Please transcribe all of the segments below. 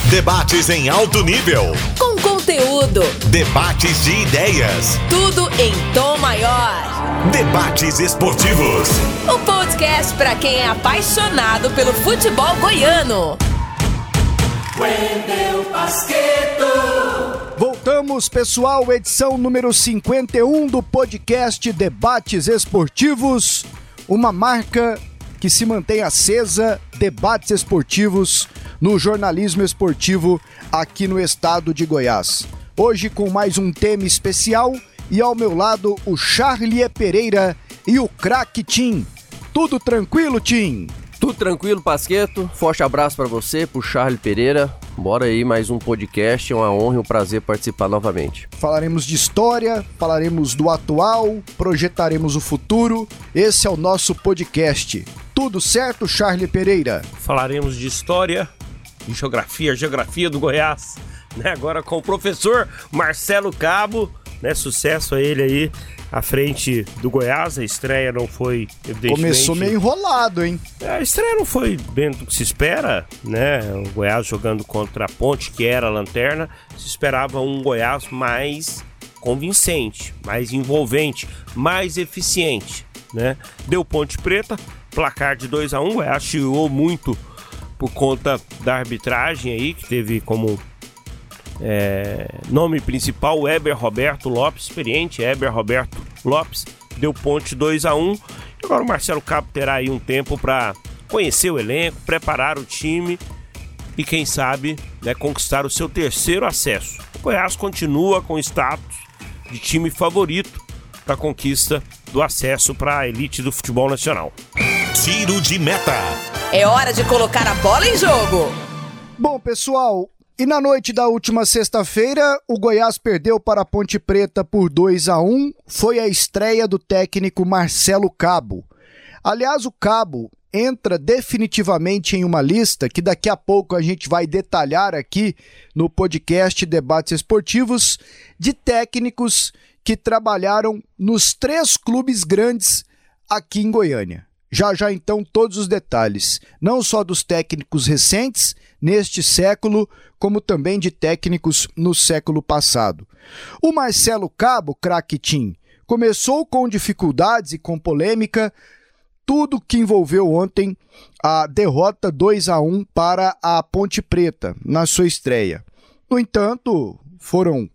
Debates em alto nível. Com conteúdo. Debates de ideias. Tudo em tom maior. Debates esportivos. O podcast para quem é apaixonado pelo futebol goiano. Wendel Basqueto. Voltamos, pessoal, edição número 51 do podcast Debates Esportivos, uma marca que se mantém acesa, debates esportivos no jornalismo esportivo aqui no estado de Goiás. Hoje com mais um tema especial e ao meu lado o Charlie Pereira e o craque Tim. Tudo tranquilo, Tim? Tudo tranquilo, Basqueto. Forte abraço para você, pro Charlie Pereira. Bora aí, mais um podcast. É uma honra e um prazer participar novamente. Falaremos de história, falaremos do atual, projetaremos o futuro. Esse é o nosso podcast. Tudo certo, Charlie Pereira? Falaremos de história, de geografia do Goiás, né? Agora com o professor Marcelo Cabo, né? Sucesso a ele aí à frente do Goiás. A estreia não foi, evidentemente... Começou meio enrolado, hein? A estreia não foi bem do que se espera, né? O Goiás jogando contra a Ponte, que era a lanterna. Se esperava um Goiás mais convincente, mais envolvente, mais eficiente, né? Deu Ponte Preta, placar de 2-1. O Goiás chiou muito por conta da arbitragem aí, que teve como nome principal o Heber Roberto Lopes, experiente Heber Roberto Lopes. Deu Ponte 2-1. E agora o Marcelo Cabo terá aí um tempo para conhecer o elenco, preparar o time e quem sabe, né, conquistar o seu terceiro acesso. O Goiás continua com status de time favorito para a conquista do acesso para a elite do futebol nacional. Tiro de meta. É hora de colocar a bola em jogo. Bom, pessoal, e na noite da última sexta-feira, o Goiás perdeu para a Ponte Preta por 2-1. Foi a estreia do técnico Marcelo Cabo. Aliás, o Cabo entra definitivamente em uma lista que daqui a pouco a gente vai detalhar aqui no podcast Debates Esportivos, de técnicos que trabalharam nos 3 clubes grandes aqui em Goiânia. Já então todos os detalhes, não só dos técnicos recentes neste século, como também de técnicos no século passado. O Marcelo Cabo, craque Tim, começou com dificuldades e com polêmica, tudo que envolveu ontem a derrota 2-1 para a Ponte Preta na sua estreia. No entanto, foram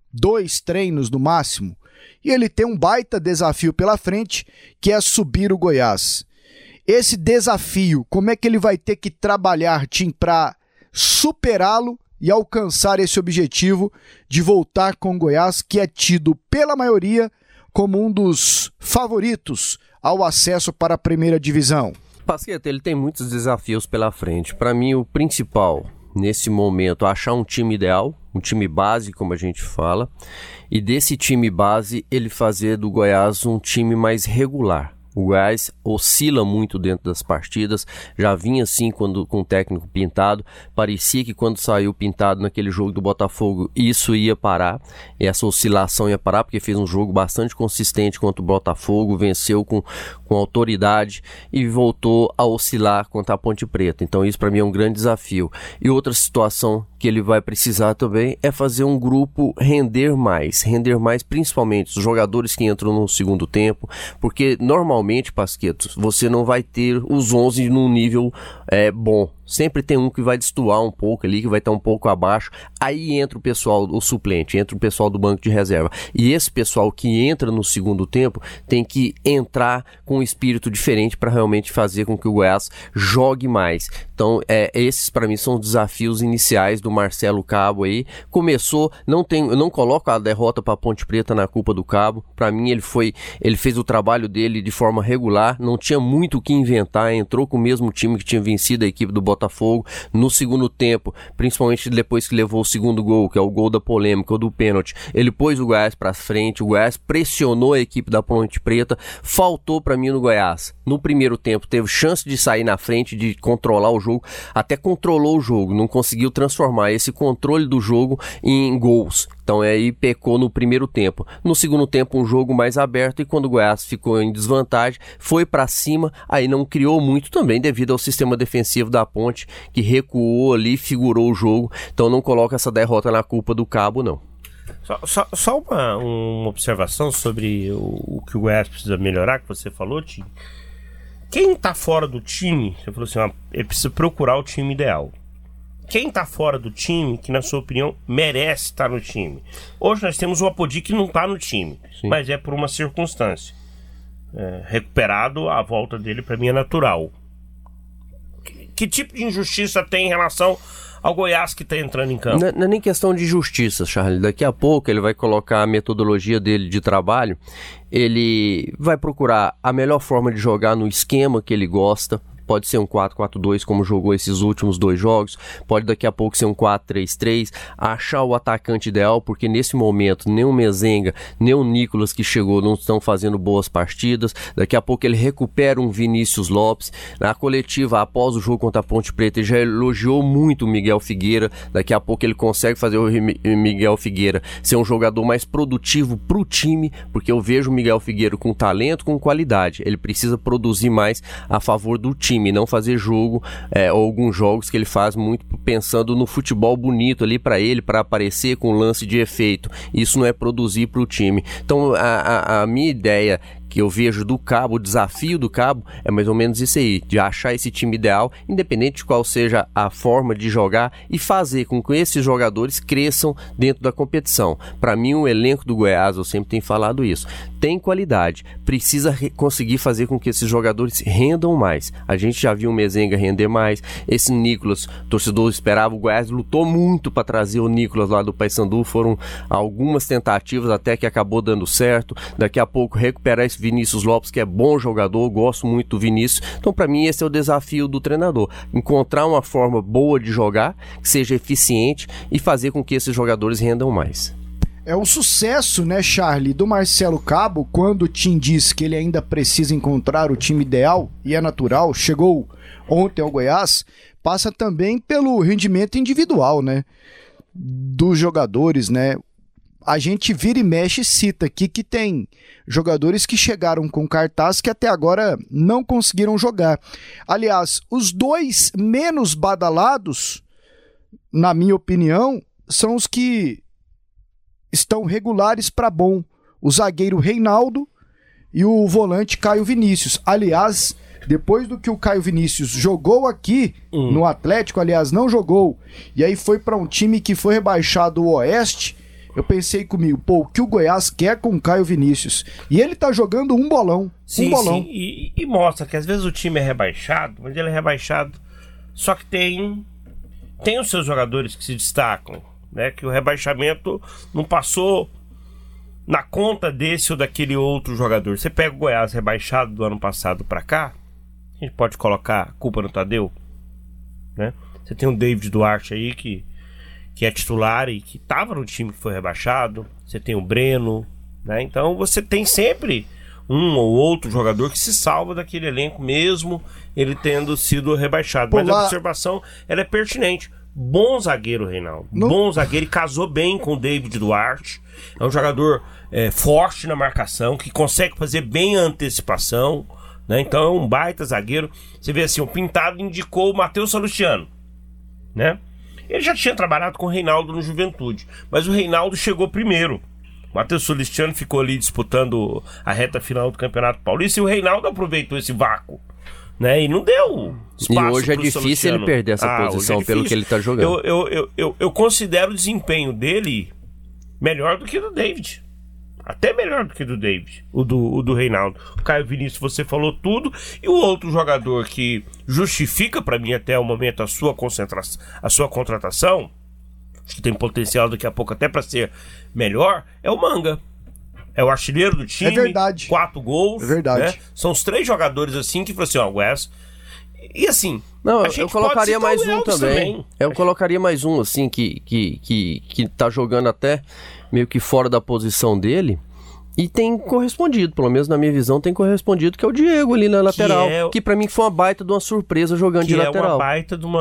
2 treinos no máximo, e ele tem um baita desafio pela frente, que é subir o Goiás. Esse desafio, como é que ele vai ter que trabalhar, Tim, para superá-lo e alcançar esse objetivo de voltar com o Goiás, que é tido pela maioria como um dos favoritos ao acesso para a primeira divisão? Basqueto, ele tem muitos desafios pela frente. Para mim, o principal nesse momento é achar um time ideal, um time base, como a gente fala, e desse time base ele fazer do Goiás um time mais regular. O Goiás oscila muito dentro das partidas, já vinha assim quando com o técnico Pintado, parecia que quando saiu Pintado naquele jogo do Botafogo, isso ia parar, e essa oscilação ia parar, porque fez um jogo bastante consistente contra o Botafogo, venceu com autoridade e voltou a oscilar contra a Ponte Preta. Então isso para mim é um grande desafio. E outra situação que ele vai precisar também é fazer um grupo render mais principalmente os jogadores que entram no segundo tempo, porque normalmente, Basqueto, você não vai ter os 11 num nível bom. Sempre tem um que vai destoar um pouco ali, que vai estar um pouco abaixo. Aí entra o pessoal, o suplente, entra o pessoal do banco de reserva. E esse pessoal que entra no segundo tempo tem que entrar com um espírito diferente para realmente fazer com que o Goiás jogue mais. Então, esses para mim são os desafios iniciais do Marcelo Cabo aí. Começou, eu não coloco a derrota para a Ponte Preta na culpa do Cabo. Para mim ele fez o trabalho dele de forma regular, não tinha muito o que inventar, entrou com o mesmo time que tinha vencido a equipe do Botafogo. No segundo tempo, principalmente depois que levou o segundo gol, que é o gol da polêmica, ou do pênalti, ele pôs o Goiás para frente, o Goiás pressionou a equipe da Ponte Preta, faltou para mim no Goiás. No primeiro tempo teve chance de sair na frente, de controlar o jogo, até controlou o jogo, não conseguiu transformar esse controle do jogo em gols. Então aí pecou no primeiro tempo. No segundo tempo um jogo mais aberto, e quando o Goiás ficou em desvantagem, foi para cima, aí não criou muito também devido ao sistema defensivo da Ponte, Ponte, que recuou ali, figurou o jogo. Então não coloca essa derrota na culpa do Cabo, não. Só uma observação sobre o que o Goiás precisa melhorar, que você falou, Tim. Quem tá fora do time, você falou assim, ele precisa procurar o time ideal. Quem tá fora do time, que na sua opinião merece estar no time? Hoje nós temos o Apodi que não tá no time, sim, mas é por uma circunstância. Recuperado, a volta dele para mim é natural. Que tipo de injustiça tem em relação ao Goiás que está entrando em campo? Não é nem questão de justiça, Charlie. Daqui a pouco ele vai colocar a metodologia dele de trabalho, ele vai procurar a melhor forma de jogar no esquema que ele gosta. Pode ser um 4-4-2 como jogou esses últimos 2 jogos, pode daqui a pouco ser um 4-3-3, achar o atacante ideal, porque nesse momento nem o Mezenga, nem o Nicolas que chegou não estão fazendo boas partidas. Daqui a pouco ele recupera um Vinícius Lopes. Na coletiva, após o jogo contra a Ponte Preta, ele já elogiou muito o Miguel Figueira. Daqui a pouco ele consegue fazer o Miguel Figueira ser um jogador mais produtivo para o time, porque eu vejo o Miguel Figueira com talento, com qualidade. Ele precisa produzir mais a favor do time, não fazer jogo, ou alguns jogos que ele faz muito pensando no futebol bonito ali para ele, para aparecer com lance de efeito. Isso não é produzir para o time. Então a minha ideia que eu vejo do Cabo, o desafio do Cabo é mais ou menos isso aí, de achar esse time ideal, independente de qual seja a forma de jogar, e fazer com que esses jogadores cresçam dentro da competição. Para mim, o elenco do Goiás, eu sempre tenho falado isso, tem qualidade, precisa conseguir fazer com que esses jogadores rendam mais. A gente já viu o Mezenga render mais, esse Nicolas, torcedor esperava, o Goiás lutou muito para trazer o Nicolas lá do Paysandu, foram algumas tentativas até que acabou dando certo. Daqui a pouco recuperar esse Vinícius Lopes, que é bom jogador, gosto muito do Vinícius. Então, para mim, esse é o desafio do treinador, encontrar uma forma boa de jogar, que seja eficiente e fazer com que esses jogadores rendam mais. É o sucesso, né, Charlie, do Marcelo Cabo, quando o Tim diz que ele ainda precisa encontrar o time ideal, e é natural, chegou ontem ao Goiás, passa também pelo rendimento individual, né, dos jogadores, né. A gente vira e mexe e cita aqui que tem jogadores que chegaram com cartaz que até agora não conseguiram jogar. Aliás, os 2 menos badalados, na minha opinião, são os que estão regulares para bom. O zagueiro Reinaldo e o volante Caio Vinícius. Aliás, depois do que o Caio Vinícius jogou aqui no Atlético, aliás, não jogou, e aí foi para um time que foi rebaixado o Oeste, eu pensei comigo, o que o Goiás quer com o Caio Vinícius? E ele tá jogando um bolão. Sim, um bolão. Sim. E mostra que às vezes o time é rebaixado, mas ele é rebaixado, só que tem os seus jogadores que se destacam, né? Que o rebaixamento não passou na conta desse ou daquele outro jogador. Você pega o Goiás rebaixado do ano passado pra cá, a gente pode colocar a culpa no Tadeu, né? Você tem o David Duarte aí que é titular e que estava no time que foi rebaixado. Você tem o Breno, né? Então você tem sempre um ou outro jogador que se salva daquele elenco, mesmo ele tendo sido rebaixado. Mas a observação ela é pertinente. Bom zagueiro, Reinaldo. Bom zagueiro, e casou bem com o David Duarte. É um jogador forte na marcação, que consegue fazer bem a antecipação, né? Então é um baita zagueiro. Você vê assim, o Pintado indicou o Matheus Salustiano, né? Ele já tinha trabalhado com o Reinaldo no Juventude, mas o Reinaldo chegou primeiro. O Matheus Salustiano ficou ali disputando a reta final do Campeonato Paulista e o Reinaldo aproveitou esse vácuo, né? E não deu espaço. E hoje é difícil Salustiano. Ele perder essa posição pelo que ele está jogando. Eu considero o desempenho dele melhor do que o do David. Até melhor do que o do David, o do Reinaldo. O Caio Vinícius, você falou tudo. E o outro jogador que justifica para mim até o momento a sua contratação, que tem potencial daqui a pouco até para ser melhor, é o Manga. É o artilheiro do time. É verdade. 4 gols. É verdade. Né? São os 3 jogadores assim que falam assim, ó, Wes. E assim, não, eu colocaria mais um também. Eu colocaria mais um assim que tá jogando até meio que fora da posição dele e tem correspondido, pelo menos na minha visão tem correspondido, que é o Diego ali na lateral, que pra mim foi uma baita de uma surpresa jogando de lateral. É uma baita de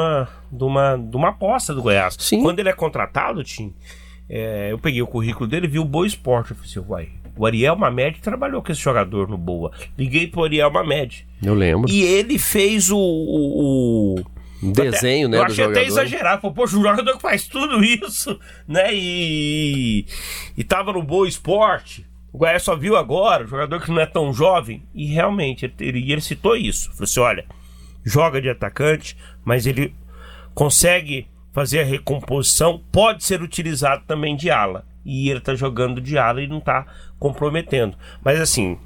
uma aposta do Goiás. Sim. Quando ele é contratado, Tim, eu peguei o currículo dele, vi o Boa Esporte, eu falei assim, o Ariel Mamed trabalhou com esse jogador no Boa. Liguei pro Ariel Mamed. Eu lembro. E ele fez desenho, né, eu do achei jogador. até exagerado. Pô, o jogador que faz tudo isso, né? E tava no Boa Esporte. O Goiás só viu agora, o jogador que não é tão jovem. E realmente, ele citou isso. Falou assim, olha, joga de atacante, mas ele consegue fazer a recomposição, pode ser utilizado também de ala. E ele tá jogando de ala e não tá comprometendo. Mas assim,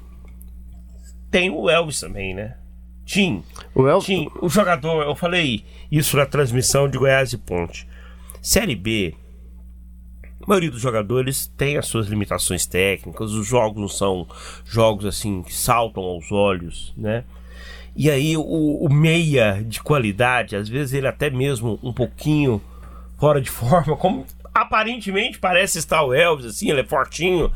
tem o Elvis também, né? Tim, o jogador, eu falei isso na transmissão de Goiás e Ponte. Série B, a maioria dos jogadores tem as suas limitações técnicas, os jogos não são jogos assim que saltam aos olhos, né? E aí o meia de qualidade, às vezes ele até mesmo um pouquinho fora de forma, como aparentemente parece estar o Elvis, assim, ele é fortinho.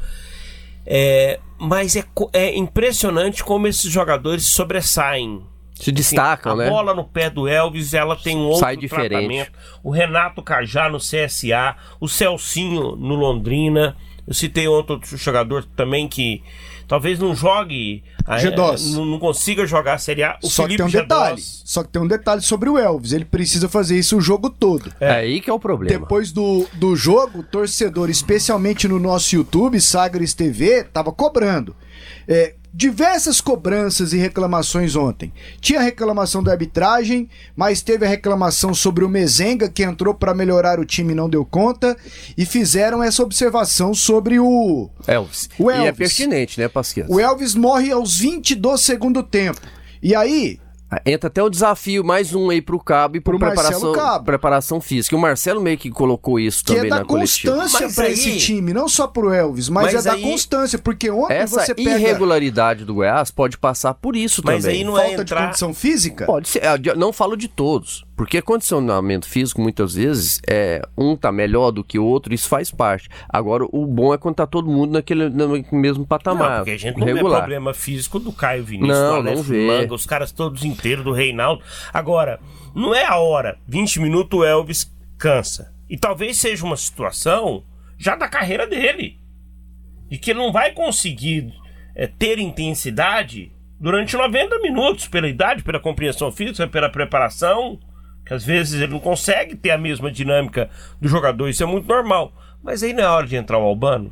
Mas é impressionante como esses jogadores sobressaem. Se destacam, né? A bola no pé do Elvis, ela tem um outro Sai diferente. tratamento. O Renato Cajá no CSA, o Celcinho no Londrina. Eu citei outro jogador também que talvez não jogue, não consiga jogar a Série A. O Só Felipe que tem um detalhe sobre o Elvis. Ele precisa fazer isso o jogo todo. É aí que é o problema. Depois do jogo, o torcedor, especialmente no nosso YouTube, Sagres TV, tava cobrando. Diversas cobranças e reclamações ontem. Tinha a reclamação da arbitragem, mas teve a reclamação sobre o Mezenga, que entrou para melhorar o time e não deu conta, e fizeram essa observação sobre o Elvis. O Elvis. E é pertinente, né, Pasqueta? O Elvis morre aos 20 do segundo tempo. E aí... Entra até o desafio, mais um aí pro Cabo e pro preparação física. O Marcelo meio que colocou isso também na coletiva. Que é da constância pra esse time, não só pro Elvis, mas é da constância, porque ontem você pega... Essa irregularidade do Goiás pode passar por isso também. Mas aí não Falta de condição física? Pode ser, não falo de todos, porque condicionamento físico muitas vezes um tá melhor do que o outro, isso faz parte. Agora, o bom é quando tá todo mundo no mesmo patamar. Não, porque a gente não vê problema físico do Caio Vinícius, do Alex Manga, os caras todos inteiros, do Reinaldo. Agora, não é a hora, 20 minutos o Elvis cansa. E talvez seja uma situação já da carreira dele, de que ele não vai conseguir ter intensidade durante 90 minutos, pela idade, pela compreensão física, pela preparação, que às vezes ele não consegue ter a mesma dinâmica do jogador, isso é muito normal. Mas aí não é hora de entrar o Albano.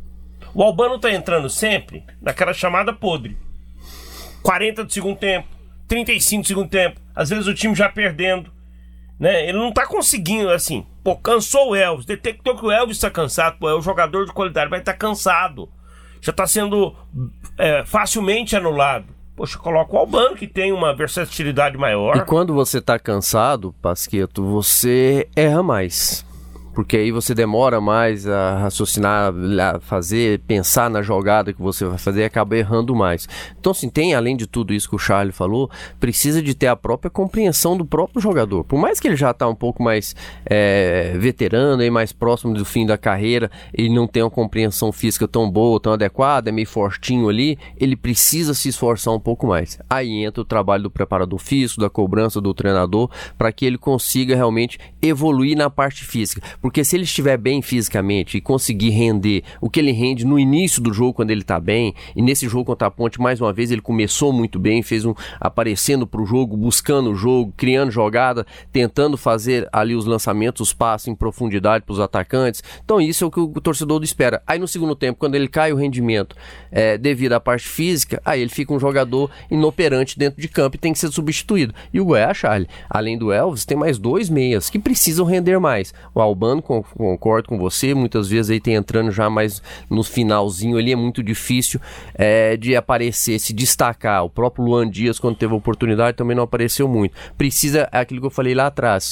O Albano tá entrando sempre naquela chamada podre. 40 do segundo tempo, 35 do segundo tempo, às vezes o time já perdendo, né? Ele não tá conseguindo, assim, cansou o Elvis, detectou que o Elvis tá cansado, é o jogador de qualidade, vai estar cansado, já tá sendo facilmente anulado. Poxa, coloca o Albano, que tem uma versatilidade maior. E quando você tá cansado, Pasqueto, você erra mais. Porque aí você demora mais a raciocinar, a pensar na jogada que você vai fazer e acaba errando mais. Então, assim, tem, além de tudo isso que o Charlie falou, precisa de ter a própria compreensão do próprio jogador. Por mais que ele já está um pouco mais veterano e mais próximo do fim da carreira, ele não tem uma compreensão física tão boa, tão adequada, é meio fortinho ali, ele precisa se esforçar um pouco mais. Aí entra o trabalho do preparador físico, da cobrança do treinador, para que ele consiga realmente evoluir na parte física. Porque se ele estiver bem fisicamente e conseguir render o que ele rende no início do jogo, quando ele está bem, e nesse jogo contra a Ponte, mais uma vez, ele começou muito bem, aparecendo para o jogo, buscando o jogo, criando jogada, tentando fazer ali os lançamentos, os passes em profundidade para os atacantes. Então isso é o que o torcedor espera. Aí no segundo tempo, quando ele cai o rendimento devido à parte física, aí ele fica um jogador inoperante dentro de campo e tem que ser substituído. E o Goiás, Charlie, além do Elvis, tem mais 2 meias que precisam render mais. O Albano, concordo com você, muitas vezes aí tem entrando já mais no finalzinho ali, é muito difícil de aparecer, se destacar. O próprio Luan Dias, quando teve a oportunidade, também não apareceu muito. Precisa, aquilo que eu falei lá atrás,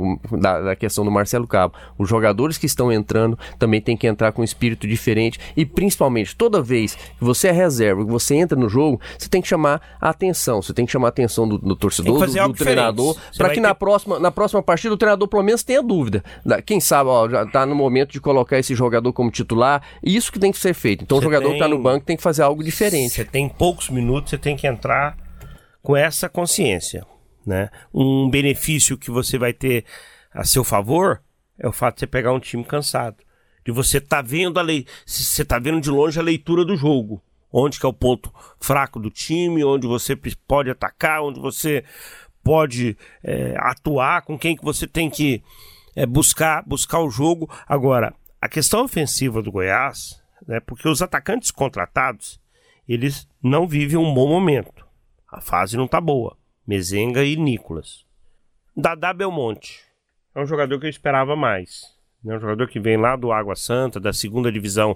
da questão do Marcelo Cabo, os jogadores que estão entrando também tem que entrar com um espírito diferente e principalmente, toda vez que você é reserva, que você entra no jogo, você tem que chamar a atenção, você tem que chamar a atenção do torcedor, do treinador, para que na próxima partida o treinador pelo menos tenha dúvida. Quem sabe, já tá no momento de colocar esse jogador como titular, isso que tem que ser feito. Então o jogador que tá no banco tem que fazer algo diferente. Você tem poucos minutos, você tem que entrar com essa consciência, né? Um benefício que você vai ter a seu favor é o fato de você pegar um time cansado, de você tá vendo você tá vendo de longe a leitura do jogo, onde que é o ponto fraco do time, onde você pode atacar, onde você pode atuar, com quem que você tem que buscar o jogo. Agora, a questão ofensiva do Goiás, né, porque os atacantes contratados, eles não vivem um bom momento. A fase não tá boa. Mezenga e Nicolas. Dadá Belmonte é um jogador que eu esperava mais. É um jogador que vem lá do Água Santa, da segunda divisão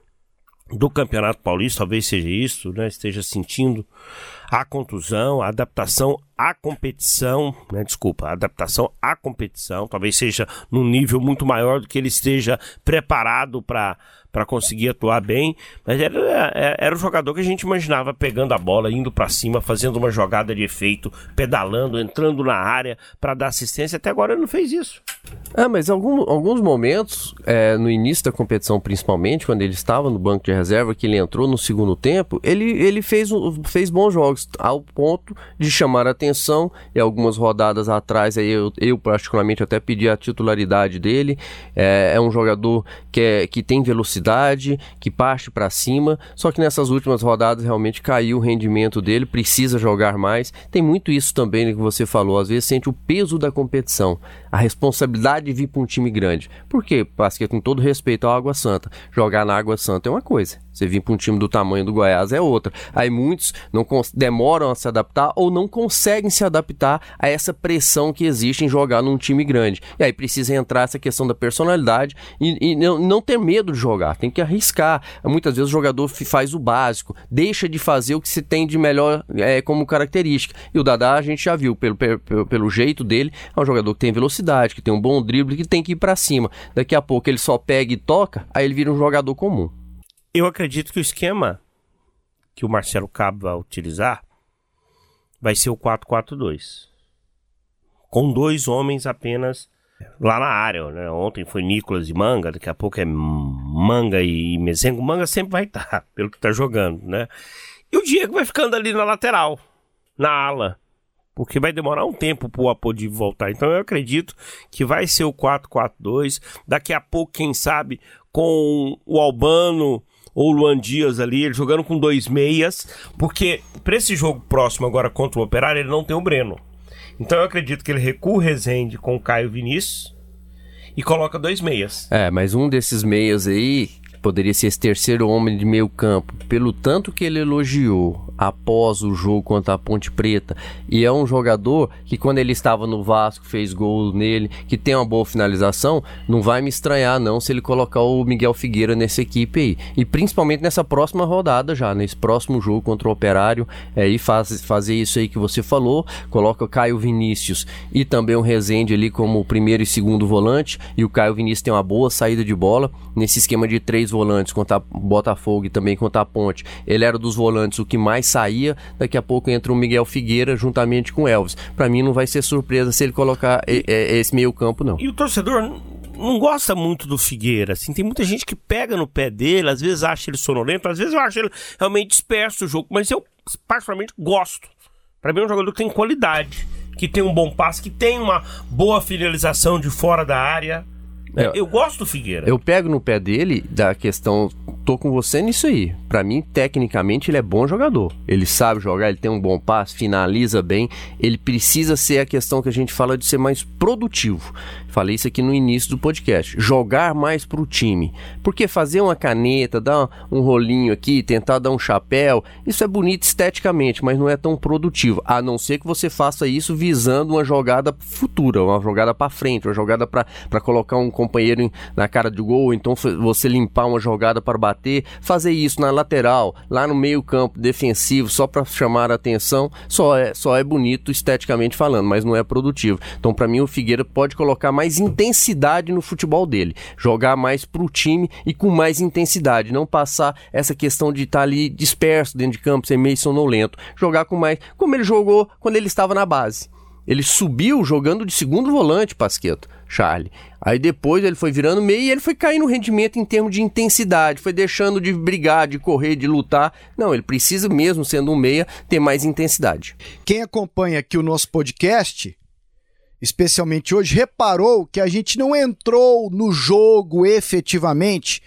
do Campeonato Paulista, talvez seja isso, né? Esteja sentindo a contusão, a adaptação à competição, né? A adaptação à competição, talvez seja num nível muito maior do que ele esteja preparado para conseguir atuar bem, mas era o jogador que a gente imaginava pegando a bola, indo para cima, fazendo uma jogada de efeito, pedalando, entrando na área para dar assistência. Até agora ele não fez isso. Mas alguns momentos, no início da competição principalmente, quando ele estava no banco de reserva, que ele entrou no segundo tempo, ele fez bons jogos, ao ponto de chamar a atenção, e algumas rodadas atrás, aí eu particularmente até pedi a titularidade dele. É um jogador que tem velocidade, que parte para cima, só que nessas últimas rodadas realmente caiu o rendimento dele, precisa jogar mais. Tem muito isso também que você falou, às vezes sente o peso da competição, a responsabilidade de vir para um time grande. Por quê? Porque, com todo respeito ao Água Santa, jogar na Água Santa é uma coisa, você vir para um time do tamanho do Goiás é outra. Aí muitos demoram a se adaptar ou não conseguem se adaptar a essa pressão que existe em jogar num time grande. E aí precisa entrar essa questão da personalidade e não ter medo de jogar, tem que arriscar. Muitas vezes o jogador faz o básico, deixa de fazer o que se tem de melhor como característica. E o Dadá, a gente já viu, pelo jeito dele, é um jogador que tem velocidade, que tem um bom drible, que tem que ir para cima. Daqui a pouco ele só pega e toca, aí ele vira um jogador comum. Eu acredito que o esquema que o Marcelo Cabo vai utilizar vai ser o 4-4-2. Com 2 homens apenas lá na área, né? Ontem foi Nicolas e Manga, daqui a pouco é Manga e Mezenga. O Manga sempre vai estar, pelo que está jogando, né? E o Diego vai ficando ali na lateral, na ala, porque vai demorar um tempo para o Apodi voltar. Então eu acredito que vai ser o 4-4-2. Daqui a pouco, quem sabe, com o Albano ou o Luan Dias ali, ele jogando com 2 meias, porque para esse jogo próximo agora contra o Operário, ele não tem o Breno. Então eu acredito que ele recua o Rezende com o Caio Vinícius e coloca 2 meias. Mas um desses meias aí poderia ser esse terceiro homem de meio campo, pelo tanto que ele elogiou após o jogo contra a Ponte Preta, e é um jogador que, quando ele estava no Vasco, fez gol nele, que tem uma boa finalização. Não vai me estranhar não se ele colocar o Miguel Figueira nessa equipe aí, e principalmente nessa próxima rodada já, nesse próximo jogo contra o Operário, e fazer isso aí que você falou, coloca o Caio Vinícius e também o Rezende ali como primeiro e segundo volante, e o Caio Vinícius tem uma boa saída de bola, nesse esquema de 3 volantes contra a Botafogo e também contra a Ponte, ele era dos volantes o que mais saía. Daqui a pouco entra o Miguel Figueira juntamente com o Elvis. Pra mim não vai ser surpresa se ele colocar esse meio campo, não. E o torcedor não gosta muito do Figueira, assim, tem muita gente que pega no pé dele, às vezes acha ele sonolento, às vezes eu acho ele realmente disperso o jogo, mas eu particularmente gosto. Pra mim é um jogador que tem qualidade, que tem um bom passe, que tem uma boa finalização de fora da área. Eu gosto do Figueira. Eu pego no pé dele da questão, tô com você nisso aí. Pra mim, tecnicamente, ele é bom jogador. Ele sabe jogar, ele tem um bom passe, finaliza bem. Ele precisa ser a questão que a gente fala de ser mais produtivo. Falei isso aqui no início do podcast. Jogar mais pro time. Porque fazer uma caneta, dar um rolinho aqui, tentar dar um chapéu, isso é bonito esteticamente, mas não é tão produtivo. A não ser que você faça isso visando uma jogada futura, uma jogada pra frente, uma jogada pra colocar um companheiro na cara de gol, então você limpar uma jogada para bater, fazer isso na lateral, lá no meio campo defensivo, só para chamar a atenção, só é bonito esteticamente falando, mas não é produtivo. Então para mim o Figueira pode colocar mais intensidade no futebol dele, jogar mais pro time e com mais intensidade, não passar essa questão de estar ali disperso dentro de campo, ser meio sonolento, jogar com mais, como ele jogou quando ele estava na base. Ele subiu jogando de segundo volante, Pasquetto, Charlie. Aí depois ele foi virando meio e ele foi caindo no rendimento em termos de intensidade, foi deixando de brigar, de correr, de lutar. Não, ele precisa mesmo, sendo um meia, ter mais intensidade. Quem acompanha aqui o nosso podcast, especialmente hoje, reparou que a gente não entrou no jogo efetivamente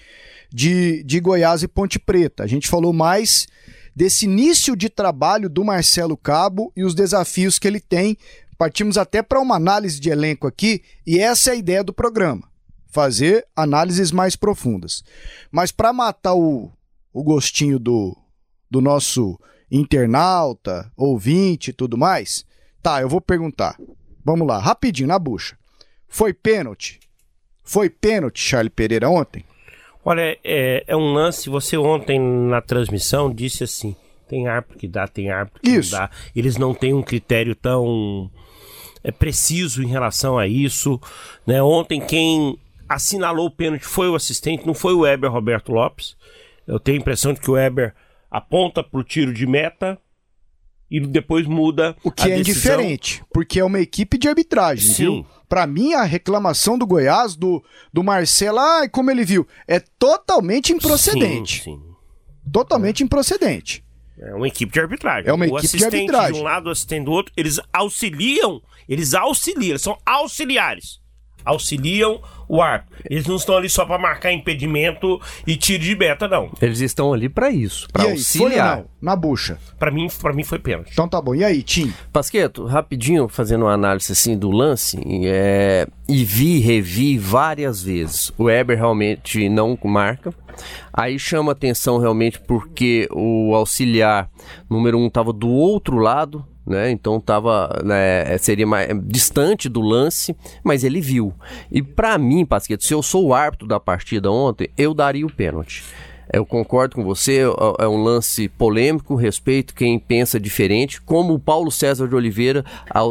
de Goiás e Ponte Preta. A gente falou mais desse início de trabalho do Marcelo Cabo e os desafios que ele tem Partimos até para uma análise de elenco aqui, e essa é a ideia do programa, fazer análises mais profundas. Mas para matar o gostinho do nosso internauta, ouvinte e tudo mais, tá, eu vou perguntar. Vamos lá, rapidinho, na bucha. Foi pênalti? Foi pênalti, Charlie Pereira, ontem? Olha, é um lance, você ontem na transmissão disse assim, tem árbitro que dá, tem árbitro que não dá. Eles não têm um critério tão preciso em relação a isso, né? Ontem quem assinalou o pênalti foi o assistente, não foi o Weber Roberto Lopes. Eu tenho a impressão de que o Weber aponta pro tiro de meta e depois muda o que é indiferente, porque é uma equipe de arbitragem, sim, viu? Pra mim, a reclamação do Goiás, do Marcelo, como ele viu, é totalmente improcedente. Sim. Totalmente improcedente. É uma equipe de arbitragem. É uma equipe de arbitragem. De um lado, o assistente do outro, eles auxiliam, são auxiliares. Auxiliam o árbitro. Eles não estão ali só para marcar impedimento e tiro de meta, não. Eles estão ali para isso, para auxiliar. Foi, não? Na bucha. Para mim foi pênalti. Então tá bom. E aí, Tim? Pasqueto, rapidinho, fazendo uma análise assim do lance, e revi várias vezes. O Weber realmente não marca. Aí chama atenção realmente porque o auxiliar número 1 estava do outro lado, né? Então seria mais distante do lance, mas ele viu. E para mim, Pasqueto, se eu sou o árbitro da partida ontem, eu daria o pênalti. Eu concordo com você, é um lance polêmico, respeito quem pensa diferente, como o Paulo César de Oliveira,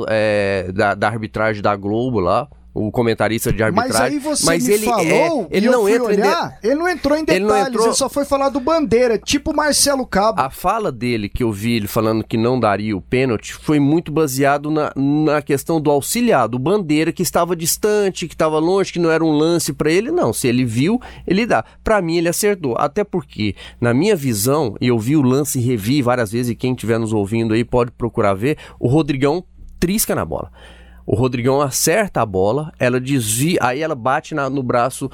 da arbitragem da Globo lá, o comentarista de arbitragem. Mas aí você falou, ele não entrou em detalhes, ele só foi falar do Bandeira, tipo Marcelo Cabo. A fala dele, que eu vi ele falando que não daria o pênalti, foi muito baseado na questão do auxiliar, do Bandeira, que estava distante, que estava longe, que não era um lance para ele. Não, se ele viu, ele dá. Para mim, ele acertou. Até porque, na minha visão, e eu vi o lance e revi várias vezes, e quem estiver nos ouvindo aí pode procurar ver, o Rodrigão trisca na bola. O Rodrigão acerta a bola, ela desvia, aí ela bate no braço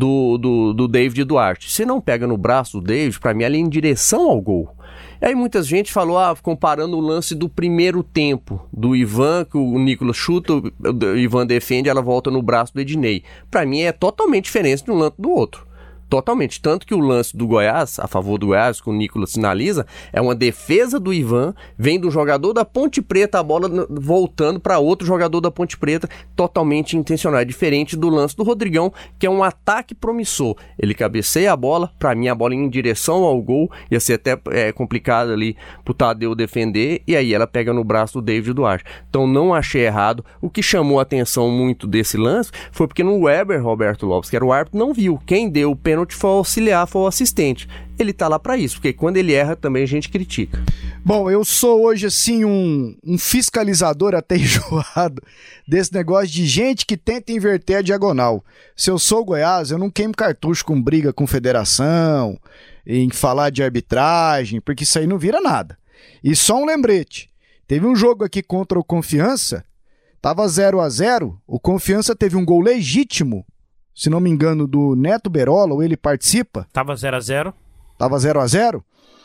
do David Duarte. Se não pega no braço do David, pra mim ela é em direção ao gol. E aí muita gente falou, comparando o lance do primeiro tempo, do Ivan, que o Nicolas chuta, o Ivan defende, ela volta no braço do Ednei. Pra mim é totalmente diferente de um lance do outro. Totalmente, tanto que o lance do Goiás, a favor do Goiás, que o Nicolas sinaliza, é uma defesa do Ivan, vem do jogador da Ponte Preta, a bola voltando para outro jogador da Ponte Preta, totalmente intencional. É diferente do lance do Rodrigão, que é um ataque promissor. Ele cabeceia a bola, para mim a bola em direção ao gol, ia ser até complicado ali pro Tadeu defender, e aí ela pega no braço do David Duarte. Então não achei errado. O que chamou a atenção muito desse lance foi porque no Weber, Roberto Lopes, que era o árbitro, não viu. Quem deu o pênalti foi o auxiliar, foi o assistente. Ele tá lá para isso, porque quando ele erra também a gente critica. Bom, eu sou hoje assim um fiscalizador até enjoado desse negócio de gente que tenta inverter a diagonal. Se eu sou o Goiás, eu não queimo cartucho com briga com federação, em falar de arbitragem, porque isso aí não vira nada. E só um lembrete, teve um jogo aqui contra o Confiança, tava 0-0, o Confiança teve um gol legítimo, se não me engano, do Neto Berola, ou ele participa. Tava 0-0. Tava 0-0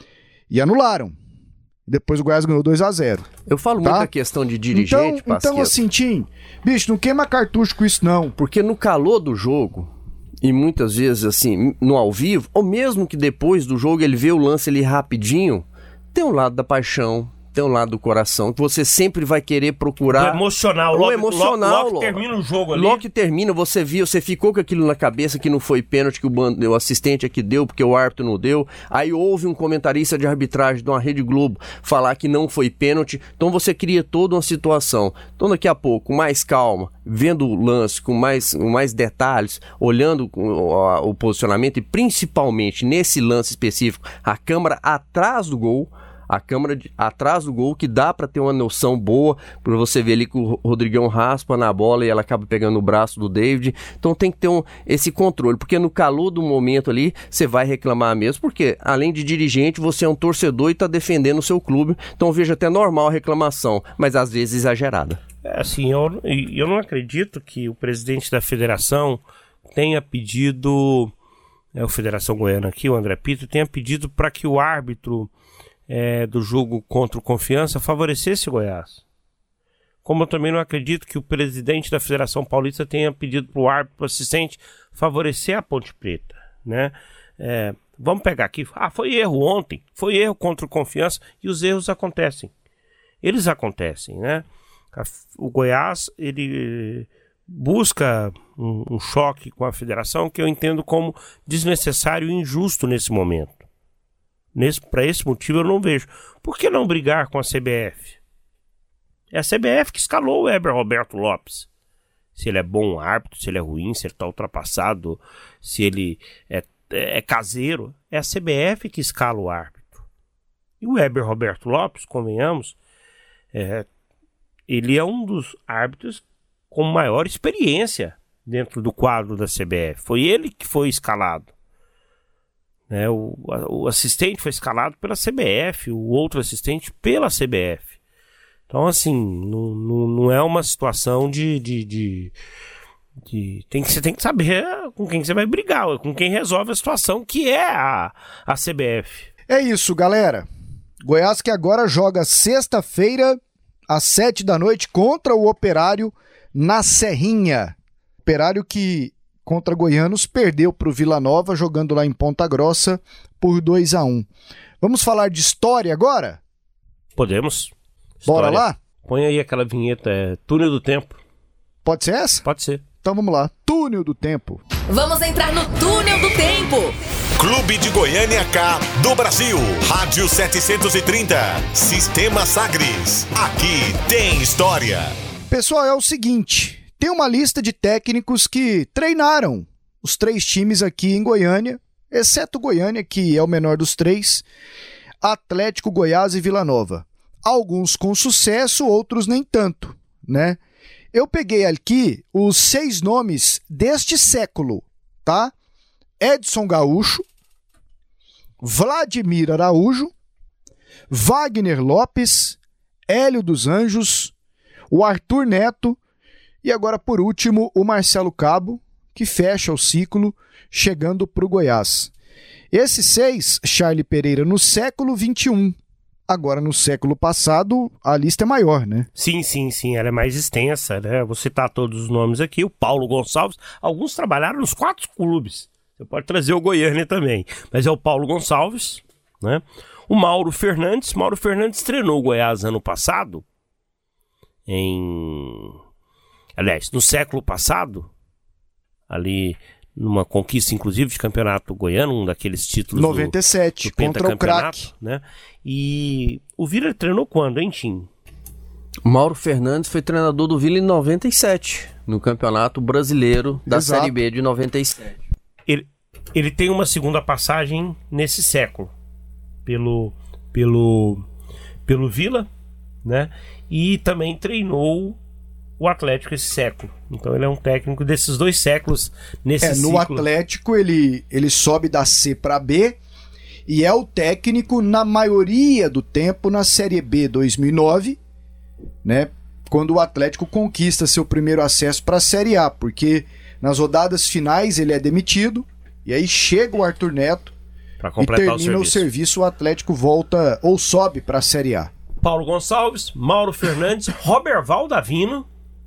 e anularam. Depois o Goiás ganhou 2-0. Eu falo muito da questão de dirigente, Então assim, Tim, bicho, não queima cartucho com isso não. Porque no calor do jogo, e muitas vezes assim, no ao vivo, ou mesmo que depois do jogo ele vê o lance ali rapidinho, tem um lado da paixão, tem um lado do coração, que você sempre vai querer procurar... O emocional, logo que termina o jogo ali. Logo que termina, você ficou com aquilo na cabeça que não foi pênalti, que o assistente é que deu, porque o árbitro não deu. Aí houve um comentarista de arbitragem de uma Rede Globo falar que não foi pênalti. Então você cria toda uma situação. Então daqui a pouco, com mais calma, vendo o lance com mais detalhes, olhando o posicionamento e principalmente nesse lance específico, a câmera atrás do gol, atrás do gol, que dá para ter uma noção boa, para você ver ali que o Rodrigão raspa na bola e ela acaba pegando o braço do David. Então tem que ter esse controle, porque no calor do momento ali, você vai reclamar mesmo, porque além de dirigente, você é um torcedor e está defendendo o seu clube, então eu vejo até normal a reclamação, mas às vezes exagerada. Assim, eu não acredito que o presidente da federação tenha pedido, o Federação Goiana aqui, o André Pito, tenha pedido para que o árbitro do jogo contra o Confiança favorecesse o Goiás. como eu também não acredito que o presidente da Federação Paulista tenha pedido para o árbitro assistente favorecer a Ponte Preta, né? Vamos pegar aqui, foi erro ontem, foi erro contra o Confiança, e os erros acontecem. Eles acontecem, né? O Goiás, ele busca um choque com a federação que eu entendo como desnecessário e injusto nesse momento. Para esse motivo eu não vejo. Por que não brigar com a CBF? É a CBF que escalou o Weber Roberto Lopes. Se ele é bom árbitro, se ele é ruim, se ele está ultrapassado, se ele é caseiro. É a CBF que escala o árbitro. E o Weber Roberto Lopes, convenhamos, ele é um dos árbitros com maior experiência dentro do quadro da CBF. Foi ele que foi escalado. O assistente foi escalado pela CBF, o outro assistente pela CBF. Então, assim, não é uma situação de você tem que saber com quem você vai brigar, com quem resolve a situação, que é a CBF. É isso, galera. Goiás que agora joga sexta-feira, às 7 da noite, contra o Operário na Serrinha. Operário que, contra Goianos, perdeu para o Vila Nova, jogando lá em Ponta Grossa, por 2-1. Vamos falar de história agora? Podemos. Bora História. lá? Põe aí aquela vinheta, Túnel do Tempo. Pode ser essa? Pode ser. Então vamos lá. Túnel do Tempo. Vamos entrar no Túnel do Tempo. Clube de Goiânia K do Brasil. Rádio 730. Sistema Sagres. Aqui tem história. Pessoal, é o seguinte. Tem uma lista de técnicos que treinaram os 3 times aqui em Goiânia, exceto Goiânia, que é o menor dos 3, Atlético, Goiás e Vila Nova. Alguns com sucesso, outros nem tanto, né? Eu peguei aqui os 6 nomes deste século, tá? Edson Gaúcho, Vladimir Araújo, Wagner Lopes, Hélio dos Anjos, o Arthur Neto e agora, por último, o Marcelo Cabo, que fecha o ciclo chegando para o Goiás. Esses 6, Charlie Pereira no século XXI. Agora, no século passado, a lista é maior, né? Sim, ela é mais extensa, né? Vou citar todos os nomes aqui. O Paulo Gonçalves, alguns trabalharam nos 4 clubes. Você pode trazer o Goiânia também. Mas é o Paulo Gonçalves, né? O Mauro Fernandes. Mauro Fernandes treinou o Goiás ano passado. Aliás, no século passado, ali numa conquista, inclusive, de campeonato goiano, um daqueles títulos 97, do contra o craque, né? E o Vila treinou quando, hein, Tim? Mauro Fernandes foi treinador do Vila em 97, no Campeonato Brasileiro da Exato. Série B de 97. Ele tem uma segunda passagem nesse século pelo Vila, né? E também treinou o Atlético esse século. Então ele é um técnico desses 2 séculos nesse ciclo. No Atlético ele sobe da C para B e é o técnico na maioria do tempo na Série B 2009, né? Quando o Atlético conquista seu primeiro acesso para a Série A, porque nas rodadas finais ele é demitido e aí chega o Arthur Neto para e completar termina o serviço, o Atlético volta ou sobe para a Série A. Paulo Gonçalves, Mauro Fernandes, Roberval Davino,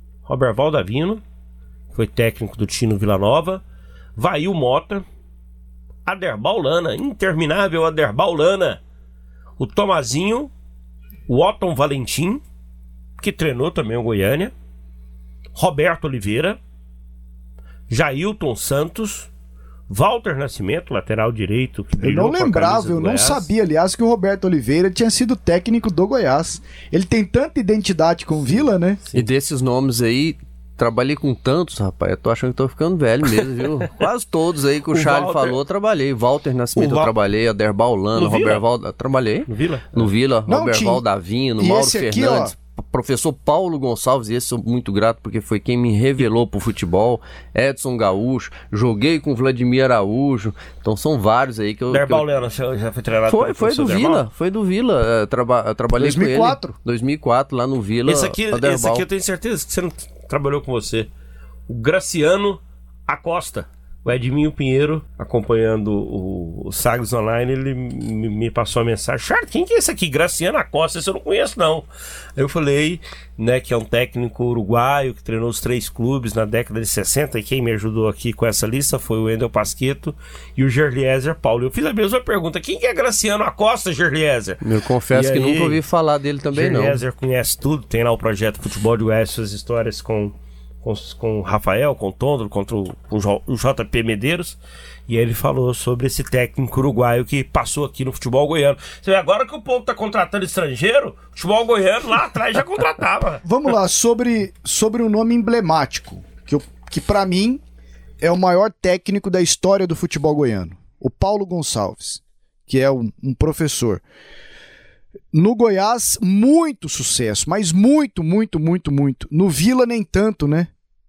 foi técnico do Tino Vila Nova, Vail Mota, Aderbal Lana, interminável Aderbal Lana, o Tomazinho, o Otton Valentim, que treinou também o Goiânia, Roberto Oliveira, Jailton Santos, Walter Nascimento, lateral direito, que Eu não lembrava, eu não sabia, aliás, que o Roberto Oliveira tinha sido técnico do Goiás. Ele tem tanta identidade com o Vila, né? E desses nomes aí, trabalhei com tantos, rapaz. Eu tô achando que tô ficando velho mesmo, viu? Quase todos aí que o Charlie falou, eu trabalhei. Walter Nascimento eu trabalhei, Aderbal Lana, Roberval... Trabalhei. No Vila? No Vila, Roberval Davino, Mauro Fernandes, professor Paulo Gonçalves, e esse sou muito grato porque foi quem me revelou pro futebol, Edson Gaúcho, joguei com Vladimir Araújo, então são vários aí que eu... Aderbal Lana já foi treinado Foi do Vila, trabalhei 2004. com ele. 2004, lá no Vila. Esse aqui eu tenho certeza que você não trabalhou com você. O Graciano Acosta. O Edminho Pinheiro, acompanhando o Sagres Online, ele me passou a mensagem: Charles, quem que é esse aqui? Graciano Acosta, esse eu não conheço não. Aí eu falei, né, que é um técnico uruguaio que treinou os 3 clubes na década de 60, e quem me ajudou aqui com essa lista foi o Wendel Pasquetto e o Gerliezer Paulo. Eu fiz a mesma pergunta: quem que é Graciano Acosta, Gerliezer? Eu confesso que nunca ouvi falar dele também, não. Gerliezer conhece tudo, tem lá o projeto Futebol de Goiás, suas histórias com o Rafael, com o Tondro, contra o JP Medeiros, e aí ele falou sobre esse técnico uruguaio que passou aqui no futebol goiano. Você vê, agora que o povo tá contratando estrangeiro, o futebol goiano lá atrás já contratava. Vamos lá, sobre um nome emblemático, que para mim é o maior técnico da história do futebol goiano, o Paulo Gonçalves, que é um professor. No Goiás, muito sucesso, mas muito. No Vila, nem tanto, né?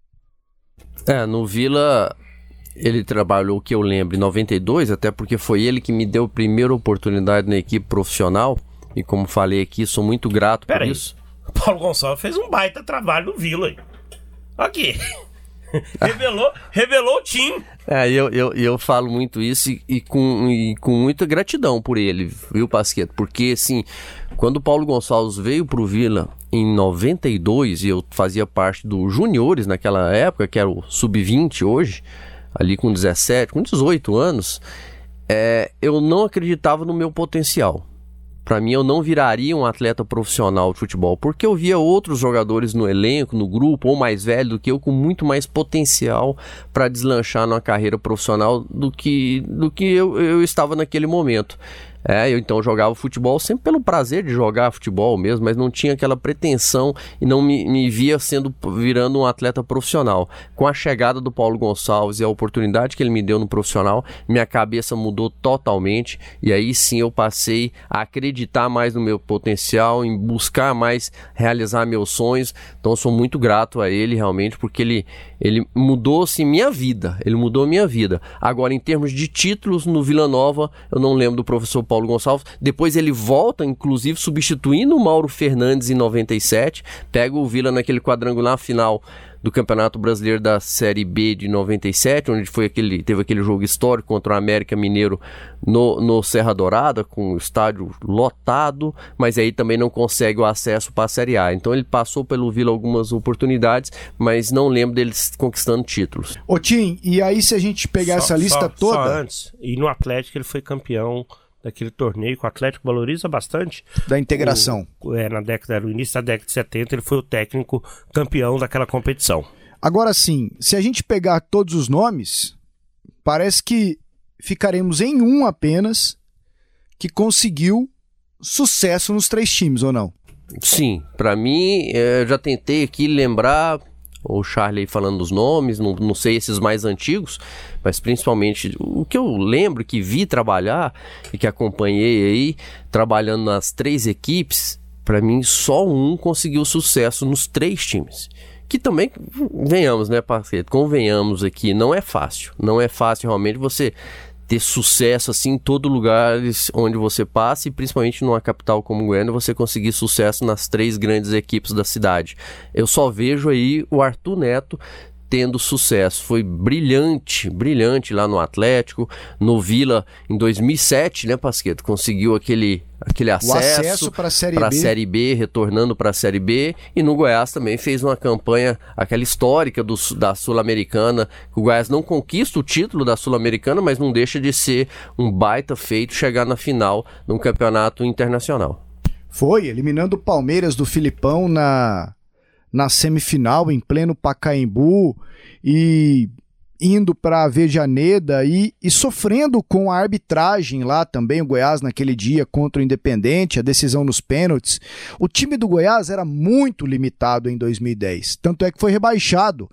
No Vila ele trabalhou, que eu lembro, em 92, até porque foi ele que me deu a primeira oportunidade na equipe profissional, e como falei aqui, sou muito grato por isso. O Paulo Gonçalves fez um baita trabalho no Vila, hein? Aqui. revelou o time. Eu falo muito isso e com muita gratidão por ele, viu, Pasquetto? Porque, assim, quando o Paulo Gonçalves veio pro Vila em 92, e eu fazia parte dos juniores naquela época, que era o sub-20 hoje, ali com 17, com 18 anos, eu não acreditava no meu potencial. Para mim, eu não viraria um atleta profissional de futebol, porque eu via outros jogadores no elenco, no grupo, ou mais velho do que eu, com muito mais potencial para deslanchar numa carreira profissional do que eu estava naquele momento. Eu então jogava futebol sempre pelo prazer de jogar futebol mesmo, mas não tinha aquela pretensão e não me via virando um atleta profissional. Com a chegada do Paulo Gonçalves e a oportunidade que ele me deu no profissional, minha cabeça mudou totalmente, e aí sim eu passei a acreditar mais no meu potencial, em buscar mais realizar meus sonhos. Então eu sou muito grato a ele realmente, porque ele mudou assim minha vida, Agora, em termos de títulos no Vila Nova, eu não lembro do professor Paulo Gonçalves. Depois ele volta, inclusive substituindo o Mauro Fernandes em 97, pega o Vila naquele quadrangular final do Campeonato Brasileiro da Série B de 97, onde teve aquele jogo histórico contra o América Mineiro no Serra Dourada, com o estádio lotado, mas aí também não consegue o acesso para a Série A. Então ele passou pelo Vila algumas oportunidades, mas não lembro deles conquistando títulos. Ô Tim, e aí se a gente pegar essa lista toda... Só antes, e no Atlético ele foi campeão daquele torneio que o Atlético valoriza bastante. Da integração. No início da década de 70, ele foi o técnico campeão daquela competição. Agora sim, se a gente pegar todos os nomes, parece que ficaremos em um apenas que conseguiu sucesso nos 3 times, ou não? Sim, para mim, eu já tentei aqui lembrar... o Charlie falando dos nomes, não sei esses mais antigos, mas principalmente o que eu lembro, que vi trabalhar e que acompanhei aí, trabalhando nas 3 equipes, para mim só um conseguiu sucesso nos 3 times. Que também, venhamos, né, Pasquetto? Convenhamos aqui, não é fácil realmente você ter sucesso assim em todo lugar onde você passa, e principalmente numa capital como Goiânia, você conseguir sucesso nas 3 grandes equipes da cidade. Eu só vejo aí o Arthur Neto tendo sucesso. Foi brilhante lá no Atlético, no Vila em 2007, né, Pasquetto? Conseguiu aquele acesso para a Série B, retornando para a Série B, e no Goiás também fez uma campanha, aquela histórica da Sul-Americana, que o Goiás não conquista o título da Sul-Americana, mas não deixa de ser um baita feito chegar na final de um campeonato internacional. Foi, eliminando o Palmeiras do Filipão na semifinal, em pleno Pacaembu, e indo para Avejaneda e sofrendo com a arbitragem lá também, o Goiás naquele dia contra o Independente, a decisão nos pênaltis. O time do Goiás era muito limitado em 2010, tanto é que foi rebaixado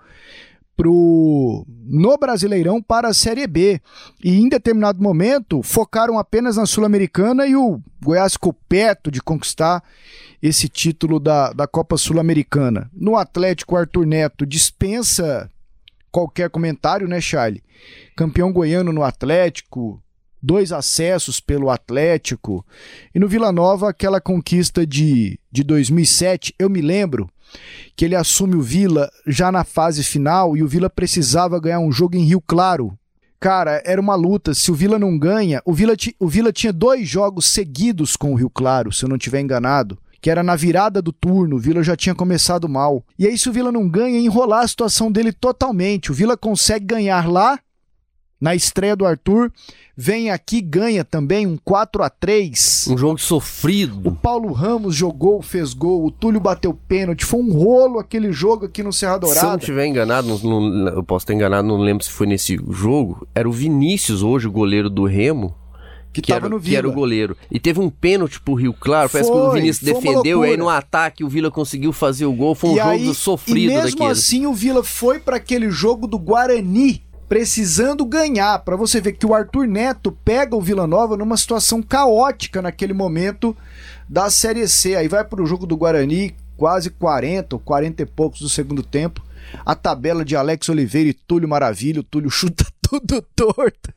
no Brasileirão para a Série B, e em determinado momento focaram apenas na Sul-Americana, e o Goiás ficou perto de conquistar esse título da Copa Sul-Americana. No Atlético, o Arthur Neto dispensa qualquer comentário, né, Charlie? Campeão goiano no Atlético, 2 acessos pelo Atlético, e no Vila Nova, aquela conquista de 2007, eu me lembro que ele assume o Vila já na fase final, e o Vila precisava ganhar um jogo em Rio Claro, Cara, era uma luta. Se o Vila não ganha... O Vila tinha 2 jogos seguidos com o Rio Claro, se eu não estiver enganado. Que era na virada do turno, o Vila já tinha começado mal. E aí, se o Vila não ganha, enrolar a situação dele totalmente. O Vila consegue ganhar lá, na estreia do Arthur, vem aqui, ganha também um 4-3. Um jogo sofrido. O Paulo Ramos jogou, fez gol, o Túlio bateu pênalti, foi um rolo aquele jogo aqui no Serra Dourada. Se eu não estiver enganado, eu posso estar enganado, não lembro se foi nesse jogo, era o Vinícius hoje, o goleiro do Remo, que era o goleiro. E teve um pênalti pro Rio Claro, parece que o Vinícius defendeu, e aí no ataque o Vila conseguiu fazer o gol, foi um jogo sofrido daquele. E mesmo assim o Vila foi para aquele jogo do Guarani, precisando ganhar, para você ver que o Arthur Neto pega o Vila Nova numa situação caótica naquele momento da Série C. Aí vai pro jogo do Guarani, quase 40 e poucos do segundo tempo. A tabela de Alex Oliveira e Túlio Maravilha, o Túlio chuta tudo torto.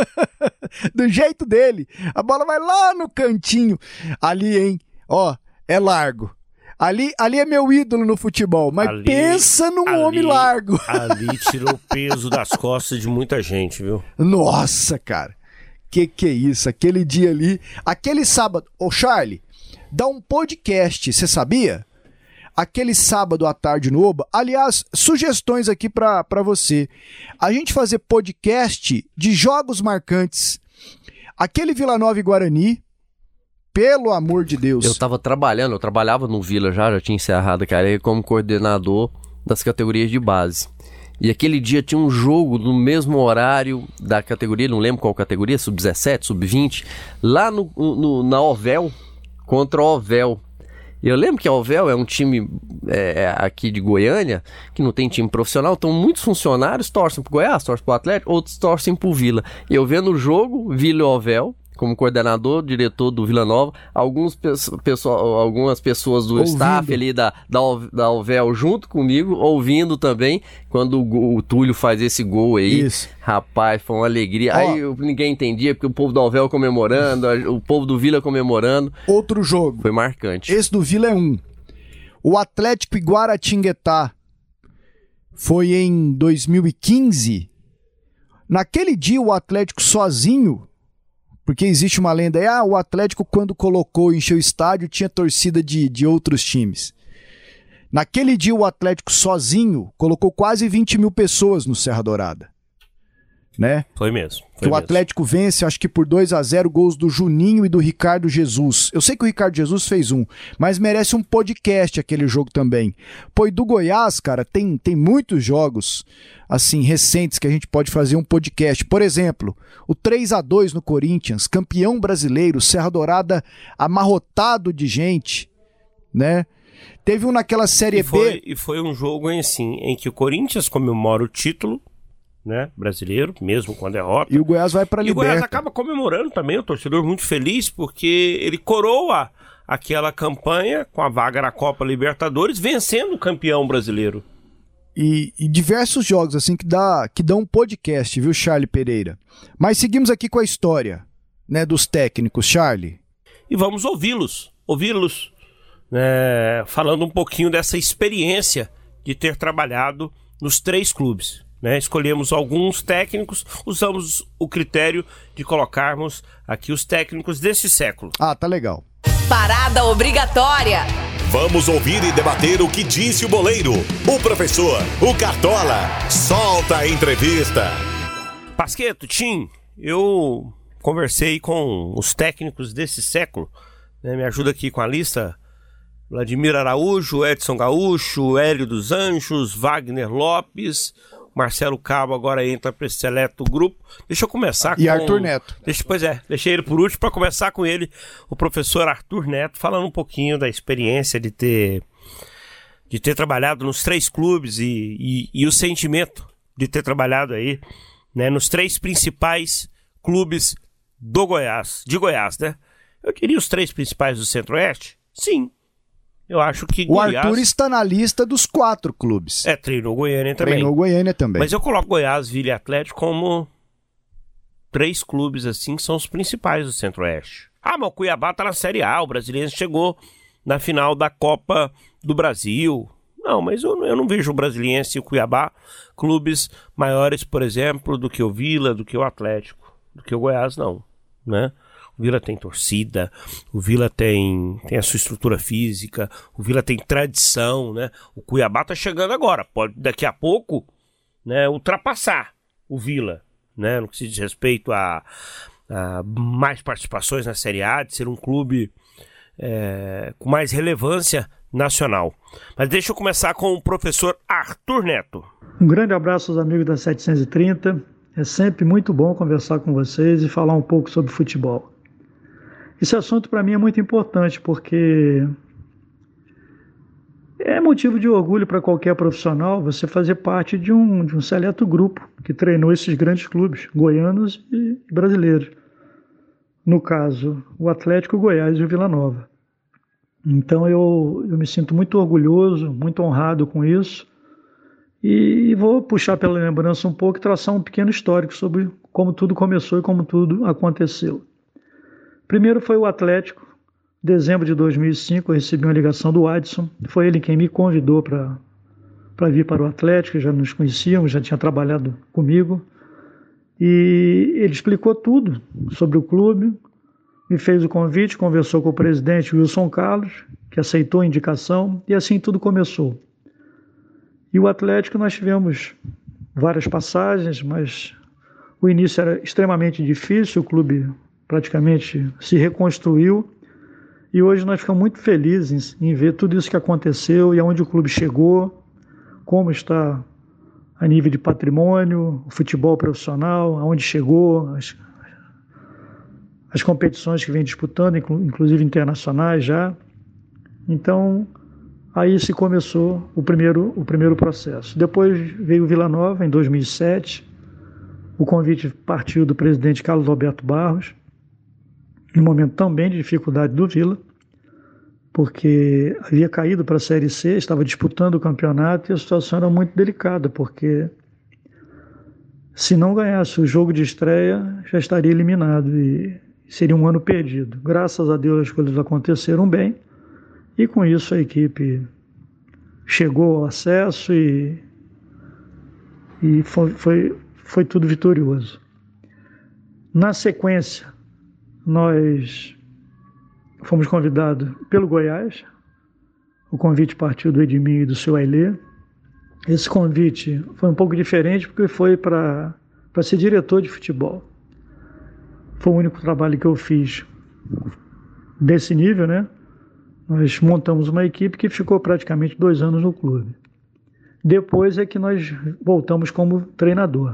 Do jeito dele. A bola vai lá no cantinho. Ali, hein? Ó, é largo. Ali é meu ídolo no futebol, mas pensa num homem largo. Ali tirou o peso das costas de muita gente, viu? Nossa, cara. Que é isso? Aquele dia ali, aquele sábado... Ô, Charlie, dá um podcast, você sabia? Aquele sábado à tarde no Oba. Aliás, sugestões aqui pra você. A gente fazer podcast de jogos marcantes. Aquele Vila Nova e Guarani... Pelo amor de Deus. Eu trabalhava no Vila já tinha encerrado a carreira como coordenador das categorias de base. E aquele dia tinha um jogo no mesmo horário da categoria, não lembro qual categoria, sub-17, sub-20, lá na Ovel, contra o Ovel. E eu lembro que a Ovel é um time aqui de Goiânia, que não tem time profissional, então muitos funcionários torcem pro Goiás, torcem pro Atlético, outros torcem pro Vila. E eu vendo o jogo, Vila e Ovel, como coordenador, diretor do Vila Nova, algumas pessoas do staff ali da Ovel junto comigo, ouvindo também, quando o Túlio faz esse gol aí. Isso. Rapaz, foi uma alegria. Aí ninguém entendia, porque o povo da Ovel comemorando, o povo do Vila comemorando. Outro jogo. Foi marcante. Esse do Vila é o Atlético e Guaratinguetá foi em 2015. Naquele dia, o Atlético sozinho... Porque existe uma lenda aí, o Atlético quando encheu o estádio tinha torcida de outros times. Naquele dia o Atlético sozinho colocou quase 20 mil pessoas no Serra Dourada. Né? Foi mesmo. O Atlético vence, acho que por 2-0, gols do Juninho e do Ricardo Jesus. Eu sei que o Ricardo Jesus fez mas merece um podcast aquele jogo também. Pô, e do Goiás, cara, tem muitos jogos assim recentes que a gente pode fazer um podcast. Por exemplo, o 3-2 no Corinthians, campeão brasileiro, Serra Dourada amarrotado de gente, né? Teve um naquela Série B. E foi um jogo assim, em que o Corinthians comemora o título, né, brasileiro, mesmo com a derrota. E o Goiás vai pra Liberta. E o Goiás acaba comemorando também, o torcedor muito feliz, porque ele coroa aquela campanha com a vaga na Copa Libertadores, vencendo o campeão brasileiro. E diversos jogos assim que dão um podcast, viu, Charlie Pereira? Mas seguimos aqui com a história, né, dos técnicos, Charlie. E vamos ouvi-los, falando um pouquinho dessa experiência de ter trabalhado nos 3 clubes. Né? Escolhemos alguns técnicos, usamos o critério de colocarmos aqui os técnicos deste século. Ah, tá legal. Parada obrigatória. Vamos ouvir e debater o que disse o boleiro, o professor, o Cartola. Solta a entrevista. Pasqueto, Tim, eu conversei com os técnicos desse século, né? Me ajuda aqui com a lista: Vladimir Araújo, Edson Gaúcho, Hélio dos Anjos, Wagner Lopes, Marcelo Cabo agora entra para esse seleto grupo. Deixa eu começar com... E Arthur Neto. Deixei ele por último para começar com ele, o professor Arthur Neto, falando um pouquinho da experiência de ter trabalhado nos 3 clubes e o sentimento de ter trabalhado aí, né, nos 3 principais clubes de Goiás, né? Eu diria os 3 principais do Centro-Oeste? Sim. Eu acho que Goiás... O Arthur está na lista dos 4 clubes. Treinou Goiânia também. Mas eu coloco Goiás, Vila e Atlético como 3 clubes assim que são os principais do Centro-Oeste. Mas o Cuiabá tá na Série A, o Brasiliense chegou na final da Copa do Brasil. Não, mas eu não vejo o Brasiliense e o Cuiabá clubes maiores, por exemplo, do que o Vila, do que o Atlético, do que o Goiás, não, né? O Vila tem torcida, o Vila tem a sua estrutura física, o Vila tem tradição, né? O Cuiabá tá chegando agora, pode daqui a pouco, né, ultrapassar o Vila, né? No que se diz respeito a mais participações na Série A, de ser um clube com mais relevância nacional. Mas deixa eu começar com o professor Arthur Neto. Um grande abraço aos amigos da 730. É sempre muito bom conversar com vocês e falar um pouco sobre futebol. Esse assunto para mim é muito importante porque é motivo de orgulho para qualquer profissional você fazer parte de um seleto grupo que treinou esses grandes clubes, goianos e brasileiros. No caso, o Atlético, o Goiás e o Vila Nova. Então eu me sinto muito orgulhoso, muito honrado com isso e vou puxar pela lembrança um pouco e traçar um pequeno histórico sobre como tudo começou e como tudo aconteceu. Primeiro foi o Atlético. Em dezembro de 2005 eu recebi uma ligação do Adson, foi ele quem me convidou para vir para o Atlético, já nos conhecíamos, já tinha trabalhado comigo, e ele explicou tudo sobre o clube, me fez o convite, conversou com o presidente Wilson Carlos, que aceitou a indicação, e assim tudo começou. E o Atlético nós tivemos várias passagens, mas o início era extremamente difícil, o clube praticamente se reconstruiu, e hoje nós ficamos muito felizes em ver tudo isso que aconteceu e aonde o clube chegou, como está a nível de patrimônio, o futebol profissional, aonde chegou, as competições que vem disputando, inclusive internacionais já. Então, aí se começou o primeiro processo. Depois veio o Vila Nova, em 2007. O convite partiu do presidente Carlos Alberto Barros, em um momento também de dificuldade do Vila, porque havia caído para a Série C, estava disputando o campeonato e a situação era muito delicada, porque se não ganhasse o jogo de estreia, já estaria eliminado e seria um ano perdido. Graças a Deus as coisas aconteceram bem e com isso a equipe chegou ao acesso e foi tudo vitorioso. Na sequência, nós fomos convidados pelo Goiás, o convite partiu do Edminho e do seu Ailê. Esse convite foi um pouco diferente porque foi para ser diretor de futebol. Foi o único trabalho que eu fiz desse nível, né? Nós montamos uma equipe que ficou praticamente 2 anos no clube. Depois é que nós voltamos como treinador.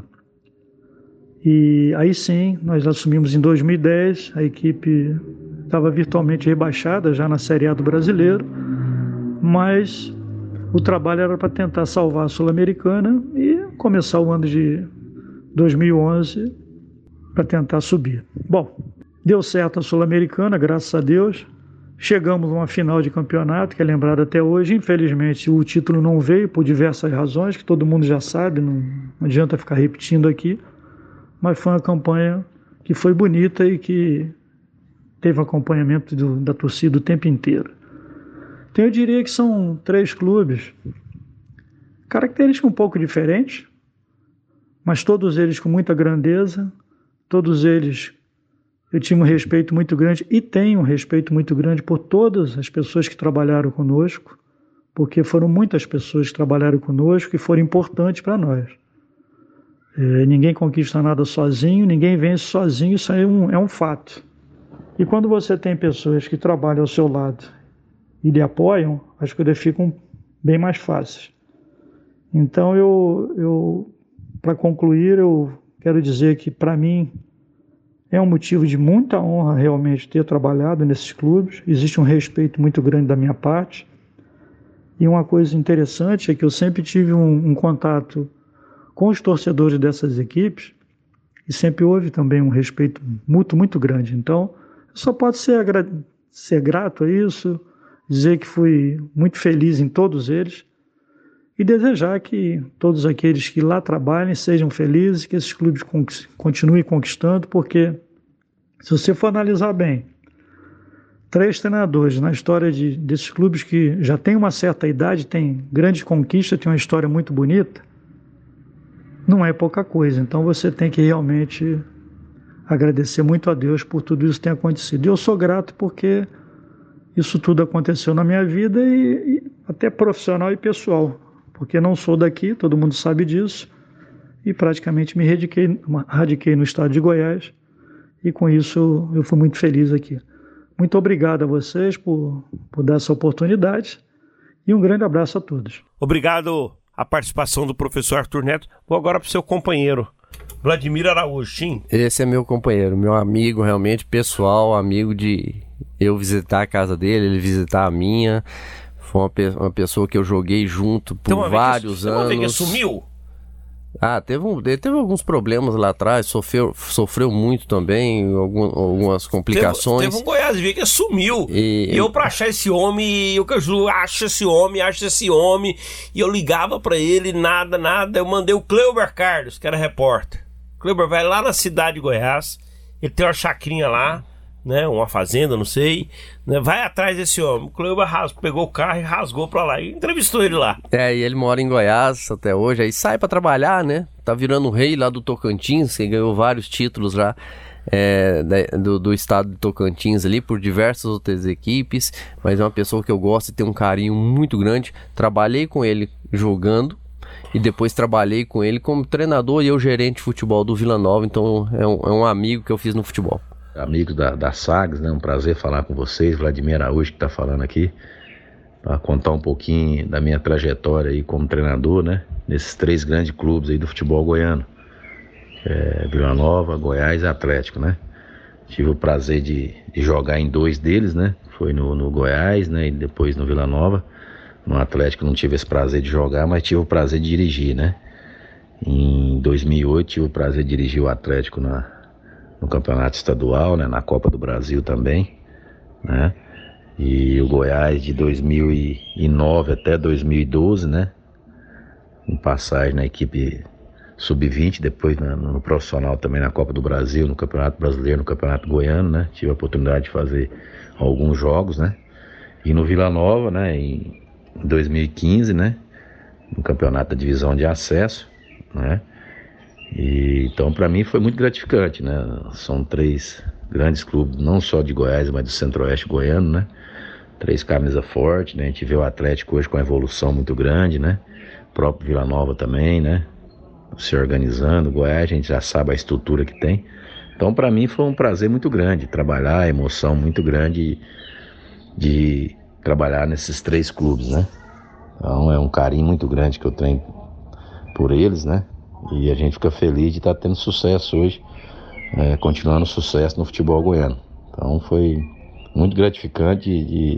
E aí sim, nós assumimos em 2010, a equipe estava virtualmente rebaixada já na Série A do Brasileiro, mas o trabalho era para tentar salvar a Sul-Americana e começar o ano de 2011 para tentar subir. Bom, deu certo a Sul-Americana, graças a Deus. Chegamos a uma final de campeonato, que é lembrada até hoje. Infelizmente, o título não veio por diversas razões, que todo mundo já sabe, não adianta ficar repetindo aqui. Mas foi uma campanha que foi bonita e que teve acompanhamento da torcida o tempo inteiro. Então eu diria que são 3 clubes, características um pouco diferentes, mas todos eles com muita grandeza, todos eles eu tinha um respeito muito grande e tenho um respeito muito grande por todas as pessoas que trabalharam conosco, porque foram muitas pessoas que trabalharam conosco e foram importantes para nós. Ninguém conquista nada sozinho, ninguém vence sozinho, isso aí é um fato. E quando você tem pessoas que trabalham ao seu lado e lhe apoiam, as coisas ficam bem mais fáceis. Então, para concluir, eu quero dizer que, para mim, é um motivo de muita honra realmente ter trabalhado nesses clubes. Existe um respeito muito grande da minha parte. E uma coisa interessante é que eu sempre tive um contato com os torcedores dessas equipes e sempre houve também um respeito mútuo muito grande. Então, eu só posso ser grato a isso, dizer que fui muito feliz em todos eles e desejar que todos aqueles que lá trabalhem sejam felizes, que esses clubes continuem conquistando, porque se você for analisar bem, 3 treinadores na história desses clubes que já têm uma certa idade, têm grandes conquistas, têm uma história muito bonita, não é pouca coisa. Então você tem que realmente agradecer muito a Deus por tudo isso que tem acontecido. E eu sou grato porque isso tudo aconteceu na minha vida e até profissional e pessoal, porque não sou daqui, todo mundo sabe disso, e praticamente me radiquei no estado de Goiás, e com isso eu fui muito feliz aqui. Muito obrigado a vocês por dar essa oportunidade e um grande abraço a todos. Obrigado a participação do professor Arthur Neto. Vou agora para o seu companheiro, Vladimir Araújo. Sim. Esse é meu companheiro, meu amigo realmente pessoal, amigo de eu visitar a casa dele, ele visitar a minha. Foi uma pessoa que eu joguei junto por vários anos. Uma vez que sumiu? Teve alguns problemas lá atrás, sofreu muito também, algumas complicações. Teve um Goiás que sumiu. E eu pra achar esse homem, eu acho esse homem, e eu ligava pra ele, nada. Eu mandei o Cleuber Carlos, que era repórter. O Cleuber vai lá na cidade de Goiás, ele tem uma chacrinha lá, né, uma fazenda, não sei, né, vai atrás desse homem. O Cleuber pegou o carro e rasgou pra lá e entrevistou ele lá. E ele mora em Goiás até hoje, aí sai pra trabalhar, né, tá virando o rei lá do Tocantins, que ganhou vários títulos lá do estado de Tocantins ali, por diversas outras equipes, mas é uma pessoa que eu gosto e tenho um carinho muito grande. Trabalhei com ele jogando e depois trabalhei com ele como treinador e eu gerente de futebol do Vila Nova, então é um amigo que eu fiz no futebol. Amigos da Sagres, né? Um prazer falar com vocês, Vladimir Araújo que está falando aqui, para contar um pouquinho da minha trajetória aí como treinador, né? Nesses 3 grandes clubes aí do futebol goiano, Vila Nova, Goiás e Atlético, né? Tive o prazer de jogar em 2 deles, né? Foi no Goiás, né? E depois no Vila Nova. No Atlético não tive esse prazer de jogar, mas tive o prazer de dirigir, né? Em 2008 tive o prazer de dirigir o Atlético no campeonato estadual, né, na Copa do Brasil também, né, e o Goiás de 2009 até 2012, né, em passagem na equipe sub-20, depois no profissional também na Copa do Brasil, no Campeonato Brasileiro, no Campeonato Goiano, né, tive a oportunidade de fazer alguns jogos, né, e no Vila Nova, né, em 2015, né, no Campeonato da Divisão de Acesso, né. E então para mim foi muito gratificante, né? São 3 grandes clubes, não só de Goiás, mas do Centro-Oeste goiano, né? 3 camisas fortes, né? A gente vê o Atlético hoje com uma evolução muito grande, né? O próprio Vila Nova também, né? Se organizando, o Goiás a gente já sabe a estrutura que tem. Então para mim foi um prazer muito grande trabalhar, a emoção muito grande de trabalhar nesses 3 clubes, né? Então é um carinho muito grande que eu tenho por eles, né? E a gente fica feliz de estar tendo sucesso hoje, continuando o sucesso no futebol goiano. Então foi muito gratificante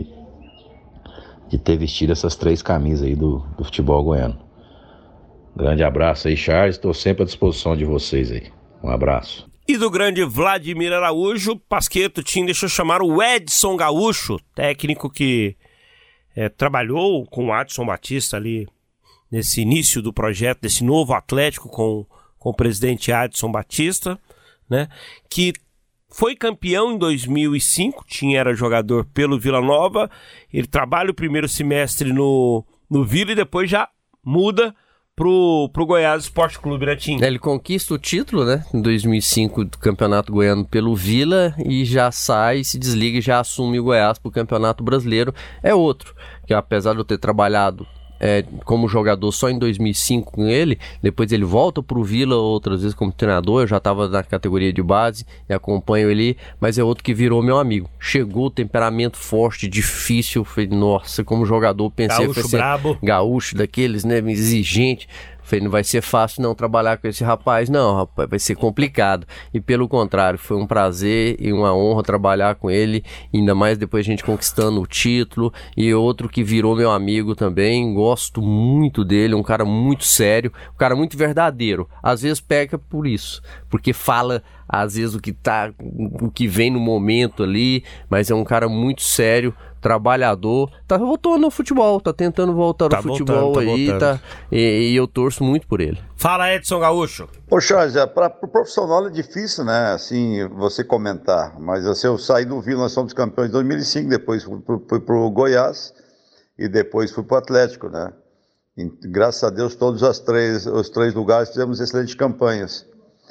de ter vestido essas 3 camisas aí do futebol goiano. Grande abraço aí, Charles, estou sempre à disposição de vocês aí. Um abraço. E do grande Vladimir Araújo, Pasquetto, deixa eu chamar o Edson Gaúcho, técnico que trabalhou com o Adson Batista ali nesse início do projeto, desse novo Atlético com o presidente Adson Batista, né, que foi campeão em 2005, era jogador pelo Vila Nova, ele trabalha o primeiro semestre no Vila e depois já muda pro Goiás Esporte Clube, né, Tim? Ele conquista o título, né, em 2005 do Campeonato Goiano pelo Vila e já sai, se desliga e já assume o Goiás pro Campeonato Brasileiro. É outro, que apesar de eu ter trabalhado como jogador só em 2005 com ele, depois ele volta pro Vila outras vezes como treinador, eu já estava na categoria de base e acompanho ele, mas é outro que virou meu amigo. Chegou, temperamento forte, difícil, falei, nossa, como jogador pensei gaúcho brabo, gaúcho daqueles, né, exigente. Falei, não vai ser fácil não trabalhar com esse rapaz, não, rapaz, vai ser complicado. E pelo contrário, foi um prazer e uma honra trabalhar com ele, ainda mais depois a gente conquistando o título. E outro que virou meu amigo também, gosto muito dele, um cara muito sério, um cara muito verdadeiro. Às vezes peca por isso, porque fala às vezes o que vem no momento ali, mas é um cara muito sério, trabalhador, tá voltando ao futebol, tá tentando voltar ao futebol aí, e eu torço muito por ele. Fala, Edson Gaúcho. Ô Charles, para o profissional é difícil, né, assim, você comentar, mas assim, eu saí do Vila, nós somos campeões em 2005, depois fui pro Goiás e depois fui pro Atlético, né, e, graças a Deus todos os três lugares fizemos excelentes campanhas.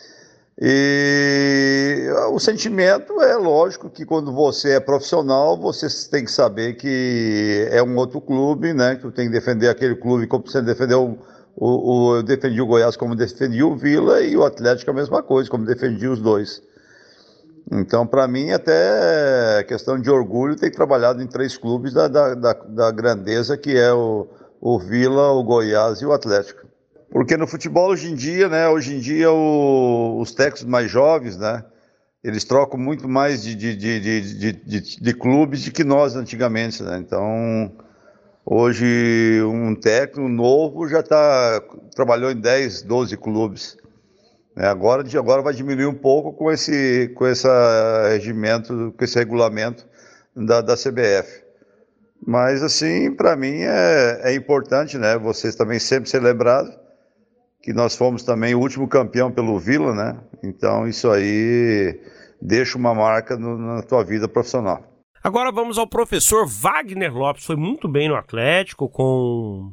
E o sentimento é lógico que quando você é profissional, você tem que saber que é um outro clube, né? Que tu tem que defender aquele clube como você defendeu eu defendi o Goiás como defendi o Vila e o Atlético a mesma coisa, como defendi os dois. Então, para mim, até questão de orgulho, ter trabalhado em 3 clubes da grandeza que é o Vila, o Goiás e o Atlético. Porque no futebol hoje em dia, né, os técnicos mais jovens, né, eles trocam muito mais de clubes do que nós antigamente, né? Então, hoje um técnico novo já trabalhou em 10, 12 clubes. Né? Agora vai diminuir um pouco com esse regimento, com esse regulamento da CBF. Mas assim, para mim é importante, né, vocês também sempre ser lembrados que nós fomos também o último campeão pelo Vila, né? Então isso aí deixa uma marca na tua vida profissional. Agora vamos ao professor Wagner Lopes. Foi muito bem no Atlético, com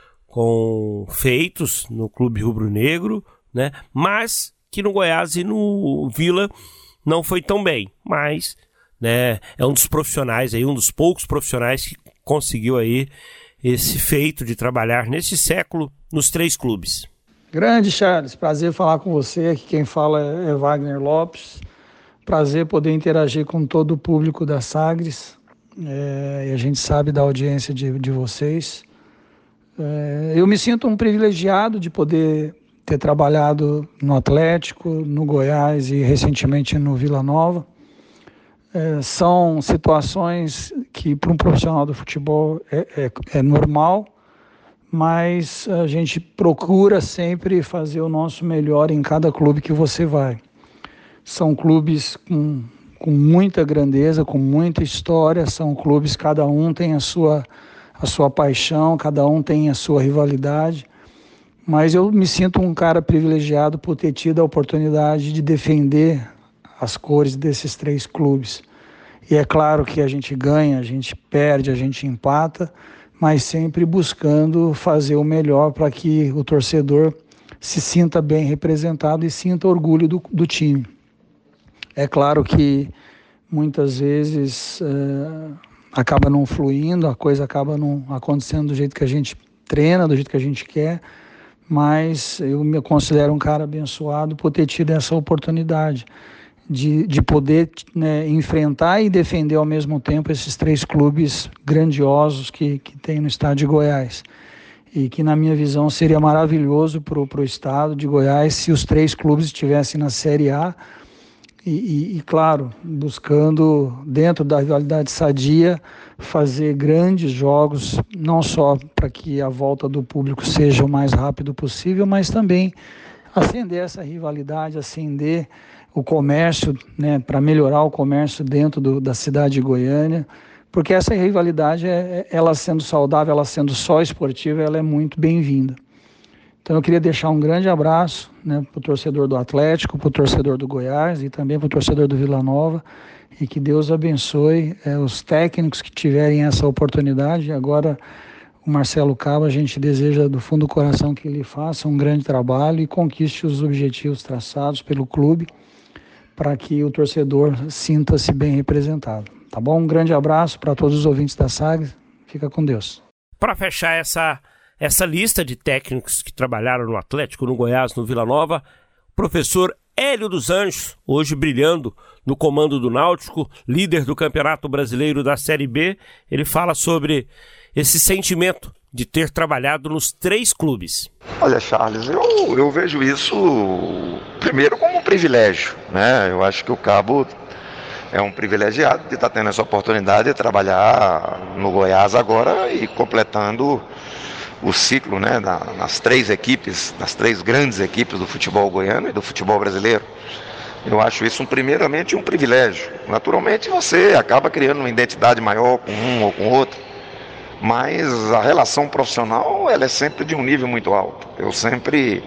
feitos no Clube Rubro-Negro, né? Mas que no Goiás e no Vila não foi tão bem. Mas, né, é um dos profissionais aí, um dos poucos profissionais que conseguiu aí esse feito de trabalhar nesse século nos 3 clubes. Grande Charles, prazer falar com você. Aqui quem fala é Wagner Lopes. Prazer poder interagir com todo o público da Sagres. E a gente sabe da audiência de vocês. Eu me sinto um privilegiado de poder ter trabalhado no Atlético, no Goiás e recentemente no Vila Nova. São situações que para um profissional do futebol é normal, mas a gente procura sempre fazer o nosso melhor em cada clube que você vai. São clubes com muita grandeza, com muita história, são clubes, cada um tem a sua paixão, cada um tem a sua rivalidade, mas eu me sinto um cara privilegiado por ter tido a oportunidade de defender as cores desses 3 clubes. E é claro que a gente ganha, a gente perde, a gente empata, mas sempre buscando fazer o melhor para que o torcedor se sinta bem representado e sinta orgulho do time. É claro que muitas vezes acaba não fluindo, a coisa acaba não acontecendo do jeito que a gente treina, do jeito que a gente quer, mas eu me considero um cara abençoado por ter tido essa oportunidade de poder, né, enfrentar e defender ao mesmo tempo esses 3 clubes grandiosos que tem no estado de Goiás. E que, na minha visão, seria maravilhoso para o estado de Goiás se os 3 clubes estivessem na Série A e, claro, buscando, dentro da rivalidade sadia, fazer grandes jogos, não só para que a volta do público seja o mais rápido possível, mas também acender essa rivalidade, acender o comércio, né, para melhorar o comércio dentro da cidade de Goiânia, porque essa rivalidade, ela sendo saudável, ela sendo só esportiva, ela é muito bem-vinda. Então eu queria deixar um grande abraço, né, para o torcedor do Atlético, para o torcedor do Goiás e também para o torcedor do Vila Nova, e que Deus abençoe os técnicos que tiverem essa oportunidade. Agora o Marcelo Cabo, a gente deseja do fundo do coração que ele faça um grande trabalho e conquiste os objetivos traçados pelo clube, para que o torcedor sinta-se bem representado. Tá bom? Um grande abraço para todos os ouvintes da Sagres. Fica com Deus. Para fechar essa lista de técnicos que trabalharam no Atlético, no Goiás, no Vila Nova, o professor Hélio dos Anjos, hoje brilhando no comando do Náutico, líder do Campeonato Brasileiro da Série B, ele fala sobre esse sentimento de ter trabalhado nos 3 clubes. Olha, Charles, eu vejo isso primeiro como um privilégio, né? Eu acho que o Cabo é um privilegiado de estar tendo essa oportunidade de trabalhar no Goiás agora e completando o ciclo, né, nas 3 equipes, nas 3 grandes equipes do futebol goiano e do futebol brasileiro. Eu acho isso primeiramente um privilégio. Naturalmente você acaba criando uma identidade maior com um ou com outro, mas a relação profissional ela é sempre de um nível muito alto. Eu sempre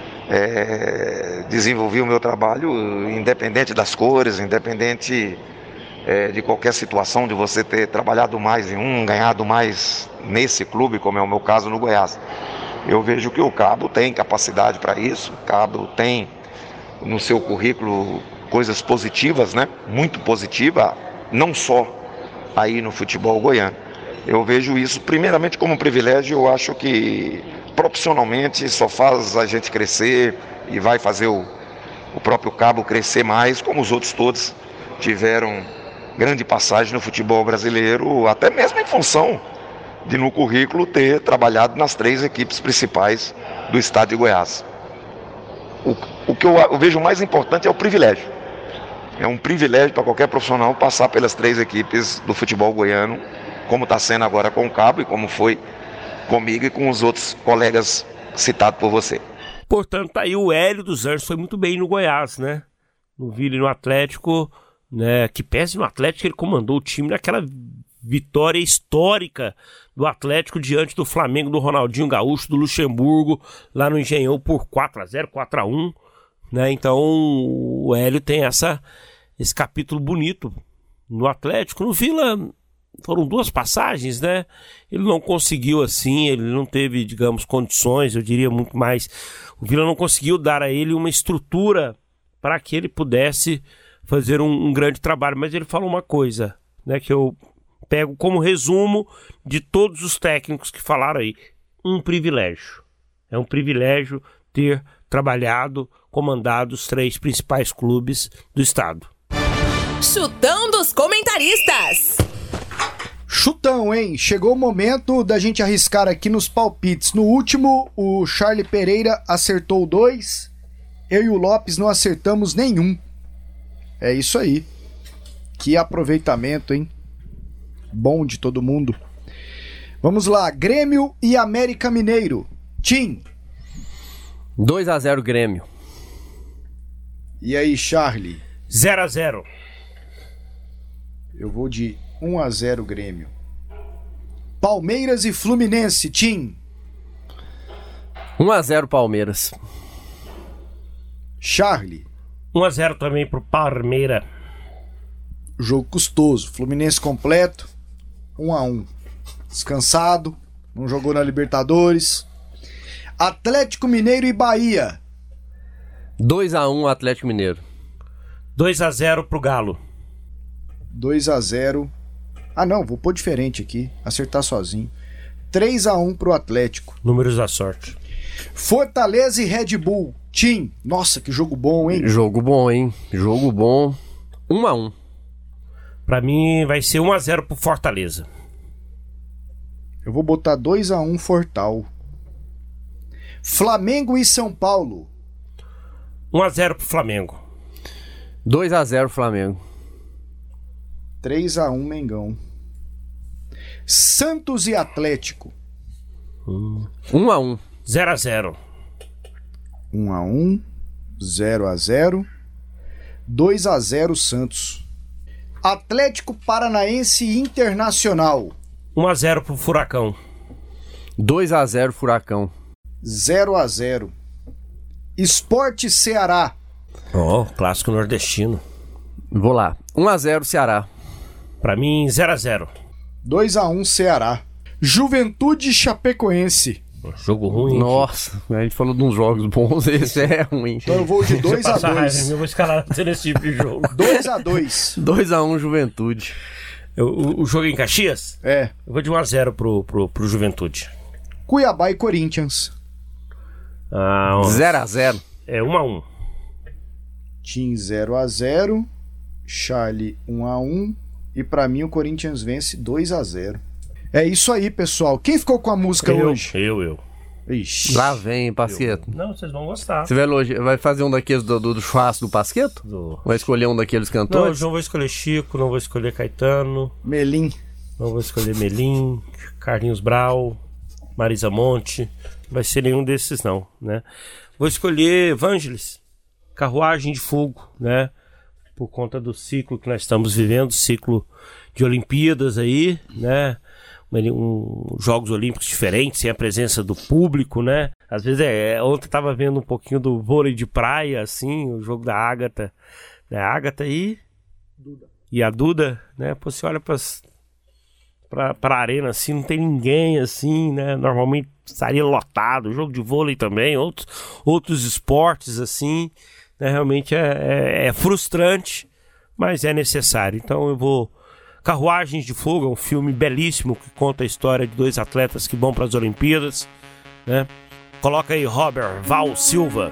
desenvolvi o meu trabalho independente das cores, independente de qualquer situação de você ter trabalhado mais em um, ganhado mais nesse clube, como é o meu caso no Goiás. Eu vejo que o Cabo tem capacidade para isso, o Cabo tem no seu currículo coisas positivas, né? Muito positiva, não só aí no futebol goiano. Eu vejo isso primeiramente como um privilégio. Eu acho que profissionalmente só faz a gente crescer e vai fazer o próprio Cabo crescer mais, como os outros todos tiveram grande passagem no futebol brasileiro, até mesmo em função de no currículo ter trabalhado nas 3 equipes principais do estado de Goiás. O que eu vejo mais importante é o privilégio. É um privilégio para qualquer profissional passar pelas 3 equipes do futebol goiano, como está sendo agora com o Cabo e como foi comigo e com os outros colegas citados por você. Portanto, tá aí o Hélio dos Anjos, foi muito bem no Goiás, né? No Vila e no Atlético, né? Que pese no Atlético, ele comandou o time naquela vitória histórica do Atlético diante do Flamengo, do Ronaldinho Gaúcho, do Luxemburgo, lá no Engenhão por 4-0, 4-1, né? Então o Hélio tem esse capítulo bonito no Atlético. No Vila foram 2 passagens, né? Ele não conseguiu assim, ele não teve, digamos, condições, eu diria muito mais. O Vila não conseguiu dar a ele uma estrutura para que ele pudesse fazer um grande trabalho. Mas ele falou uma coisa, né, que eu pego como resumo de todos os técnicos que falaram aí. Um privilégio. É um privilégio ter trabalhado, comandado os 3 principais clubes do estado. Chutão dos comentaristas. Chutão, hein? Chegou o momento da gente arriscar aqui nos palpites. No último, o Charlie Pereira acertou 2. Eu e o Lopes não acertamos nenhum. É isso aí. Que aproveitamento, hein? Bom de todo mundo. Vamos lá, Grêmio e América Mineiro. Tim. 2-0 Grêmio. E aí, Charlie? 0-0. Eu vou de 1-0 Grêmio. Palmeiras e Fluminense, Tim. 1-0 Palmeiras. Charlie. 1-0 também pro Palmeiras. Jogo custoso. Fluminense completo. 1-1. Descansado. Não jogou na Libertadores. Atlético Mineiro e Bahia. 2-1 Atlético Mineiro. 2-0 pro Galo. 2-0. Ah não, vou pôr diferente aqui. Acertar sozinho. 3-1 pro Atlético. Números da sorte. Fortaleza e Red Bull. Tim. Nossa, que jogo bom, hein? Jogo bom, hein? Jogo bom. 1-1. Pra mim vai ser 1-0 pro Fortaleza. Eu vou botar 2-1 Fortal. Flamengo e São Paulo. 1-0 pro Flamengo. 2-0 Flamengo. 3-1 Mengão. Santos e Atlético. 1-1. 0-0. 1-1. 0-0. 2-0 Santos. Atlético Paranaense Internacional. 1-0 pro Furacão. 2-0 Furacão. 0-0. Esporte Ceará. Clássico nordestino. Vou lá. 1-0 Ceará. Pra mim, 0-0. 2-1 Ceará. Juventude Chapecoense. Jogo ruim. Nossa, a gente falou de uns jogos bons, esse é ruim. Então eu vou de 2-2. Eu vou escalar nesse tipo de jogo. 2-2. 2-1 Juventude. O jogo é em Caxias? É. Eu vou de 1-0 pro Juventude. Cuiabá e Corinthians. 0-0. É 1-1. Tim 0-0. Charlie 1-1. E pra mim o Corinthians vence 2-0. É isso aí, pessoal. Quem ficou com a música hoje? Eu. Ixi. Lá vem, Pasqueto. Não, vocês vão gostar. Você vai fazer um daqueles do churrasco do Pasqueto? Vai escolher um daqueles cantores? Não vou escolher Chico, não vou escolher Caetano. Melim. Não vou escolher Melim, Carlinhos Brau, Marisa Monte. Não vai ser nenhum desses não, né? Vou escolher Vangelis. Carruagem de Fogo, né? Por conta do ciclo que nós estamos vivendo, ciclo de Olimpíadas aí, né? Jogos Olímpicos diferentes, sem a presença do público, né? Às vezes ontem eu tava vendo um pouquinho do vôlei de praia, assim, o jogo da Ágata, né? Ágata e a Duda, né? Pô, você olha pra arena assim, não tem ninguém assim, né? Normalmente estaria lotado, jogo de vôlei também, outros esportes assim, né? Realmente é frustrante, mas é necessário. Então eu vou... Carruagens de Fogo é um filme belíssimo que conta a história de 2 atletas que vão para as Olimpíadas, né? Coloca aí Robert Val Silva.